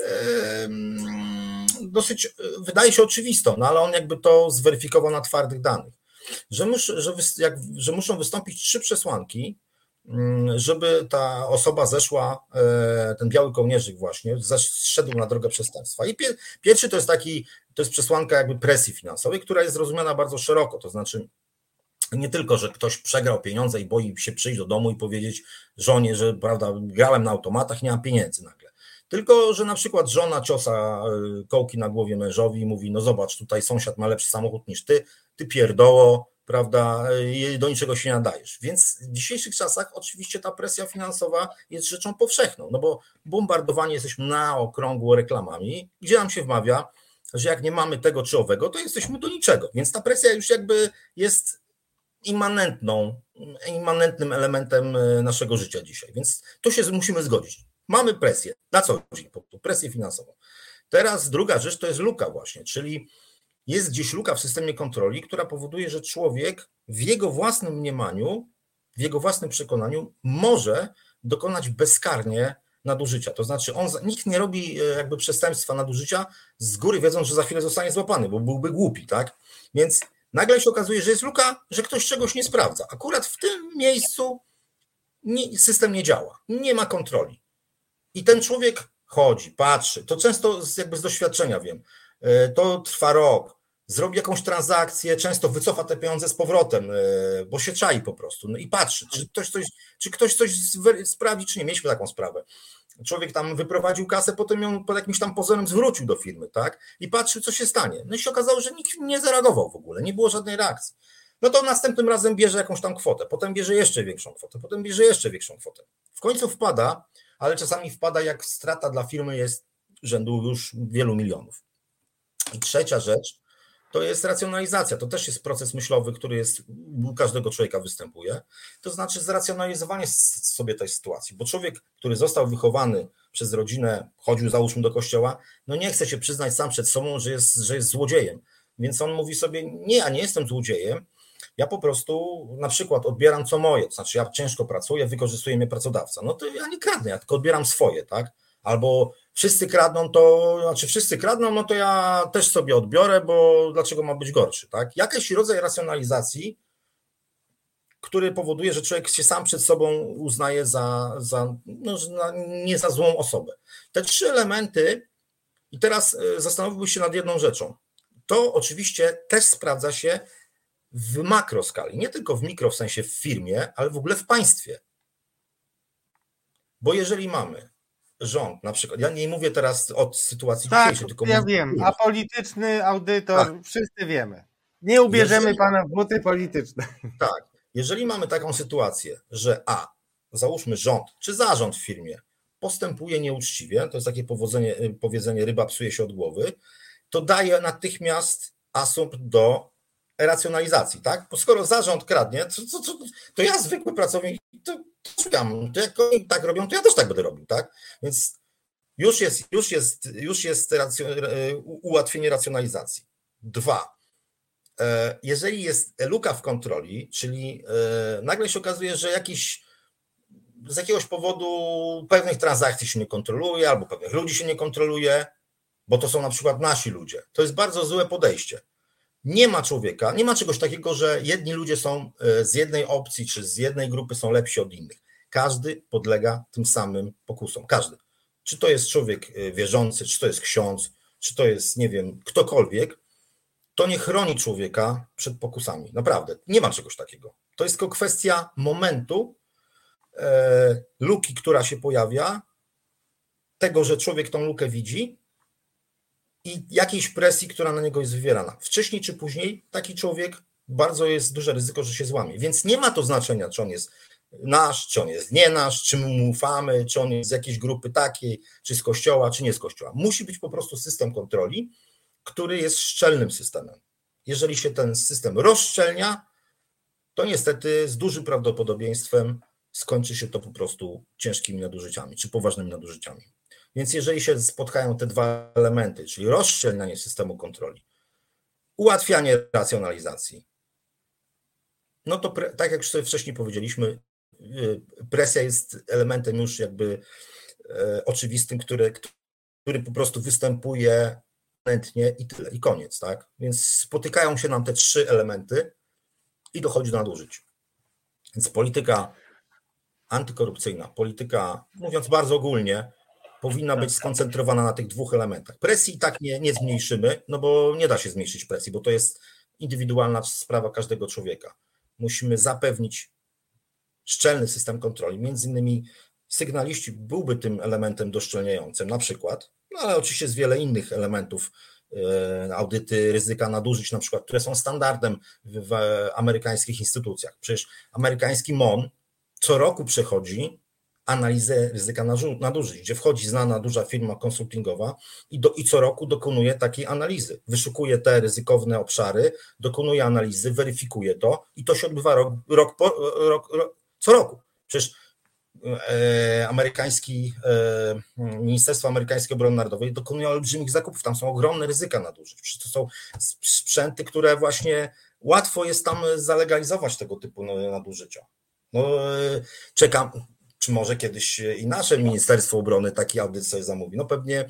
dosyć, wydaje się oczywistą, no ale on jakby to zweryfikował na twardych danych, że muszą wystąpić 3 przesłanki, żeby ta osoba zeszła, ten biały kołnierzyk właśnie, zszedł na drogę przestępstwa. I pierwszy to jest przesłanka jakby presji finansowej, która jest rozumiana bardzo szeroko, to znaczy nie tylko, że ktoś przegrał pieniądze i boi się przyjść do domu i powiedzieć żonie, że prawda, grałem na automatach, nie mam pieniędzy nagle. Tylko, że na przykład żona ciosa kołki na głowie mężowi i mówi, no zobacz, tutaj sąsiad ma lepszy samochód niż ty pierdoło, prawda, do niczego się nie nadajesz. Więc w dzisiejszych czasach oczywiście ta presja finansowa jest rzeczą powszechną, no bo bombardowani jesteśmy na okrągło reklamami, gdzie nam się wmawia, że jak nie mamy tego czy owego, to jesteśmy do niczego. Więc ta presja już jakby jest immanentnym elementem naszego życia dzisiaj. Więc to się musimy zgodzić. Mamy presję, na co dzień, presję finansową. Teraz druga rzecz to jest luka właśnie, czyli jest gdzieś luka w systemie kontroli, która powoduje, że człowiek w jego własnym mniemaniu, w jego własnym przekonaniu może dokonać bezkarnie nadużycia. To znaczy nikt nie robi jakby przestępstwa nadużycia z góry wiedząc, że za chwilę zostanie złapany, bo byłby głupi, tak? Więc nagle się okazuje, że jest luka, że ktoś czegoś nie sprawdza. Akurat w tym miejscu system nie działa, nie ma kontroli. I ten człowiek chodzi, patrzy, to często jakby z doświadczenia wiem, to trwa rok, zrobi jakąś transakcję, często wycofa te pieniądze z powrotem, bo się czai po prostu, no i patrzy, czy ktoś coś sprawdzi, czy nie. Mieliśmy taką sprawę. Człowiek tam wyprowadził kasę, potem ją pod jakimś tam pozorem zwrócił do firmy, tak? I patrzył, co się stanie. No i się okazało, że nikt nie zareagował w ogóle, nie było żadnej reakcji. No to następnym razem bierze jakąś tam kwotę, potem bierze jeszcze większą kwotę, potem bierze jeszcze większą kwotę. W końcu wpada, ale czasami wpada, jak strata dla firmy jest rzędu już wielu milionów. I trzecia rzecz to jest racjonalizacja. To też jest proces myślowy, który jest u każdego człowieka występuje. To znaczy zracjonalizowanie sobie tej sytuacji, bo człowiek, który został wychowany przez rodzinę, chodził załóżmy do kościoła, no nie chce się przyznać sam przed sobą, że jest złodziejem. Więc on mówi sobie, nie, ja nie jestem złodziejem, ja po prostu na przykład odbieram co moje, to znaczy ja ciężko pracuję, wykorzystuje mnie pracodawca. No to ja nie kradnę, ja tylko odbieram swoje, tak? Albo wszyscy kradną, no to ja też sobie odbiorę, bo dlaczego ma być gorszy, tak? Jakiś rodzaj racjonalizacji, który powoduje, że człowiek się sam przed sobą uznaje nie za złą osobę. Te 3 elementy, i teraz zastanowiłbym się nad jedną rzeczą. To oczywiście też sprawdza się w makroskali, nie tylko w mikro, w sensie w firmie, ale w ogóle w państwie. Bo jeżeli mamy rząd, na przykład, ja nie mówię teraz od sytuacji dzisiejszej, tylko ja wiem, a polityczny audytor, tak. Wszyscy wiemy. Nie ubierzemy pana w buty polityczne. Tak, jeżeli mamy taką sytuację, że załóżmy rząd, czy zarząd w firmie postępuje nieuczciwie, to jest takie powiedzenie ryba psuje się od głowy, to daje natychmiast asumpt do racjonalizacji, tak? Bo skoro zarząd kradnie, to ja zwykły pracownik, to jak oni tak robią, to ja też tak będę robił, tak? Więc już jest ułatwienie racjonalizacji. 2. Jeżeli jest luka w kontroli, czyli nagle się okazuje, że z jakiegoś powodu pewnych transakcji się nie kontroluje, albo pewnych ludzi się nie kontroluje, bo to są na przykład nasi ludzie. To jest bardzo złe podejście. Nie ma człowieka, nie ma czegoś takiego, że jedni ludzie są z jednej opcji czy z jednej grupy są lepsi od innych. Każdy podlega tym samym pokusom. Każdy. Czy to jest człowiek wierzący, czy to jest ksiądz, czy to jest, nie wiem, ktokolwiek, to nie chroni człowieka przed pokusami. Naprawdę. Nie ma czegoś takiego. To jest tylko kwestia momentu, luki, która się pojawia, tego, że człowiek tą lukę widzi i jakiejś presji, która na niego jest wywierana. Wcześniej czy później taki człowiek, bardzo jest duże ryzyko, że się złamie. Więc nie ma to znaczenia, czy on jest nasz, czy on jest nie nasz, czy my mu ufamy, czy on jest z jakiejś grupy takiej, czy z kościoła, czy nie z kościoła. Musi być po prostu system kontroli, który jest szczelnym systemem. Jeżeli się ten system rozszczelnia, to niestety z dużym prawdopodobieństwem skończy się to po prostu ciężkimi nadużyciami, czy poważnymi nadużyciami. Więc jeżeli się spotkają te dwa elementy, czyli rozszczelnianie systemu kontroli, ułatwianie racjonalizacji, no to tak jak już sobie wcześniej powiedzieliśmy, presja jest elementem już jakby oczywistym, który po prostu występuje chętnie i tyle, i koniec, tak? Więc spotykają się nam te trzy elementy i dochodzi do nadużyć. Więc polityka antykorupcyjna, polityka, mówiąc bardzo ogólnie, powinna być skoncentrowana na tych dwóch elementach. Presji i tak nie zmniejszymy, no bo nie da się zmniejszyć presji, bo to jest indywidualna sprawa każdego człowieka. Musimy zapewnić szczelny system kontroli. Między innymi sygnaliści byłby tym elementem doszczelniającym, na przykład, no ale oczywiście jest wiele innych elementów, audyty ryzyka nadużyć, na przykład, które są standardem w amerykańskich instytucjach. Przecież amerykański MON co roku przechodzi analizę ryzyka nadużyć, gdzie wchodzi znana duża firma konsultingowa i co roku dokonuje takiej analizy. Wyszukuje te ryzykowne obszary, dokonuje analizy, weryfikuje to i to się odbywa co roku. Przecież Ministerstwo Amerykańskie Obrony Narodowej dokonuje olbrzymich zakupów, tam są ogromne ryzyka nadużyć. Przecież to są sprzęty, które właśnie łatwo jest tam zalegalizować tego typu nadużycia. No, czekam, czy może kiedyś i nasze Ministerstwo Obrony taki audyt sobie zamówi. No pewnie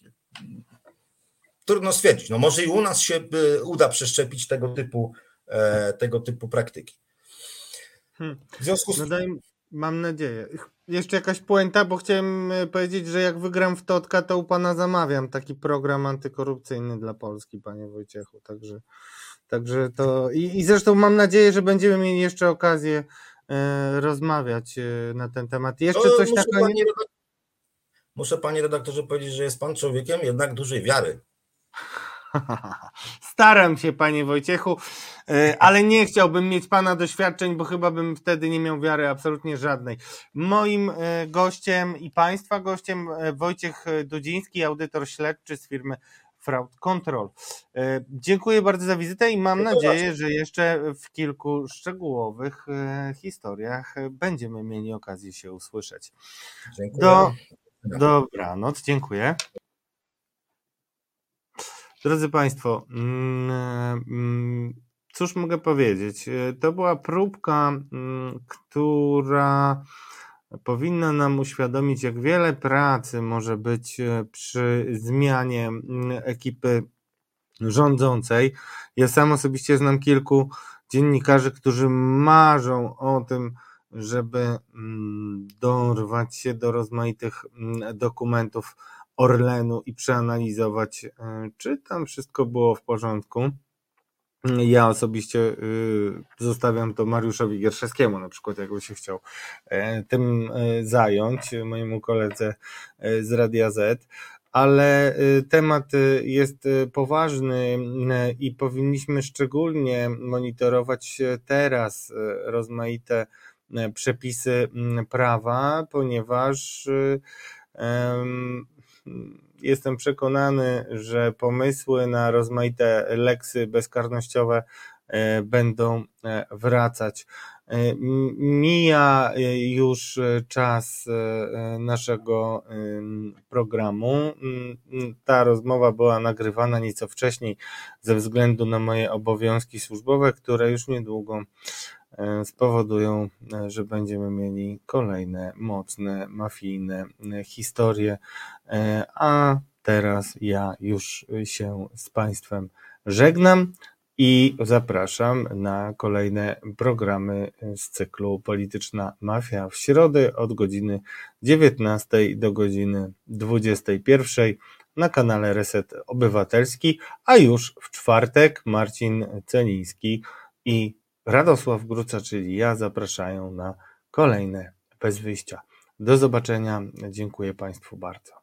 trudno stwierdzić. No może i u nas się uda przeszczepić tego typu praktyki. W związku z tym... Mam nadzieję. Jeszcze jakaś puenta, bo chciałem powiedzieć, że jak wygram w Totka, to u pana zamawiam taki program antykorupcyjny dla Polski, panie Wojciechu. Także to... I zresztą mam nadzieję, że będziemy mieli jeszcze okazję rozmawiać na ten temat. Jeszcze coś takiego. Muszę, panie redaktorze, powiedzieć, że jest pan człowiekiem jednak dużej wiary. Staram się, panie Wojciechu, ale nie chciałbym mieć pana doświadczeń, bo chyba bym wtedy nie miał wiary absolutnie żadnej. Moim gościem i państwa gościem Wojciech Dudziński, audytor śledczy z firmy Fraud Control. Dziękuję bardzo za wizytę i mam nadzieję, że jeszcze w kilku szczegółowych historiach będziemy mieli okazję się usłyszeć. Dziękuję. Dobranoc, dziękuję. Drodzy Państwo, cóż mogę powiedzieć? To była próbka, która powinna nam uświadomić, jak wiele pracy może być przy zmianie ekipy rządzącej. Ja sam osobiście znam kilku dziennikarzy, którzy marzą o tym, żeby dorwać się do rozmaitych dokumentów Orlenu i przeanalizować, czy tam wszystko było w porządku. Ja osobiście zostawiam to Mariuszowi Gierszewskiemu, na przykład, jakby się chciał tym zająć, mojemu koledze z Radia Z, ale temat jest poważny i powinniśmy szczególnie monitorować teraz rozmaite przepisy prawa, ponieważ jestem przekonany, że pomysły na rozmaite leksy bezkarnościowe będą wracać. Mija już czas naszego programu. Ta rozmowa była nagrywana nieco wcześniej ze względu na moje obowiązki służbowe, które już niedługo spowodują, że będziemy mieli kolejne mocne, mafijne historie, a teraz ja już się z Państwem żegnam i zapraszam na kolejne programy z cyklu Polityczna Mafia w środę od godziny 19 do godziny 21 na kanale Reset Obywatelski, a już w czwartek Marcin Celiński i Radosław Gruca, czyli ja, zapraszają na kolejne Bez Wyjścia. Do zobaczenia. Dziękuję Państwu bardzo.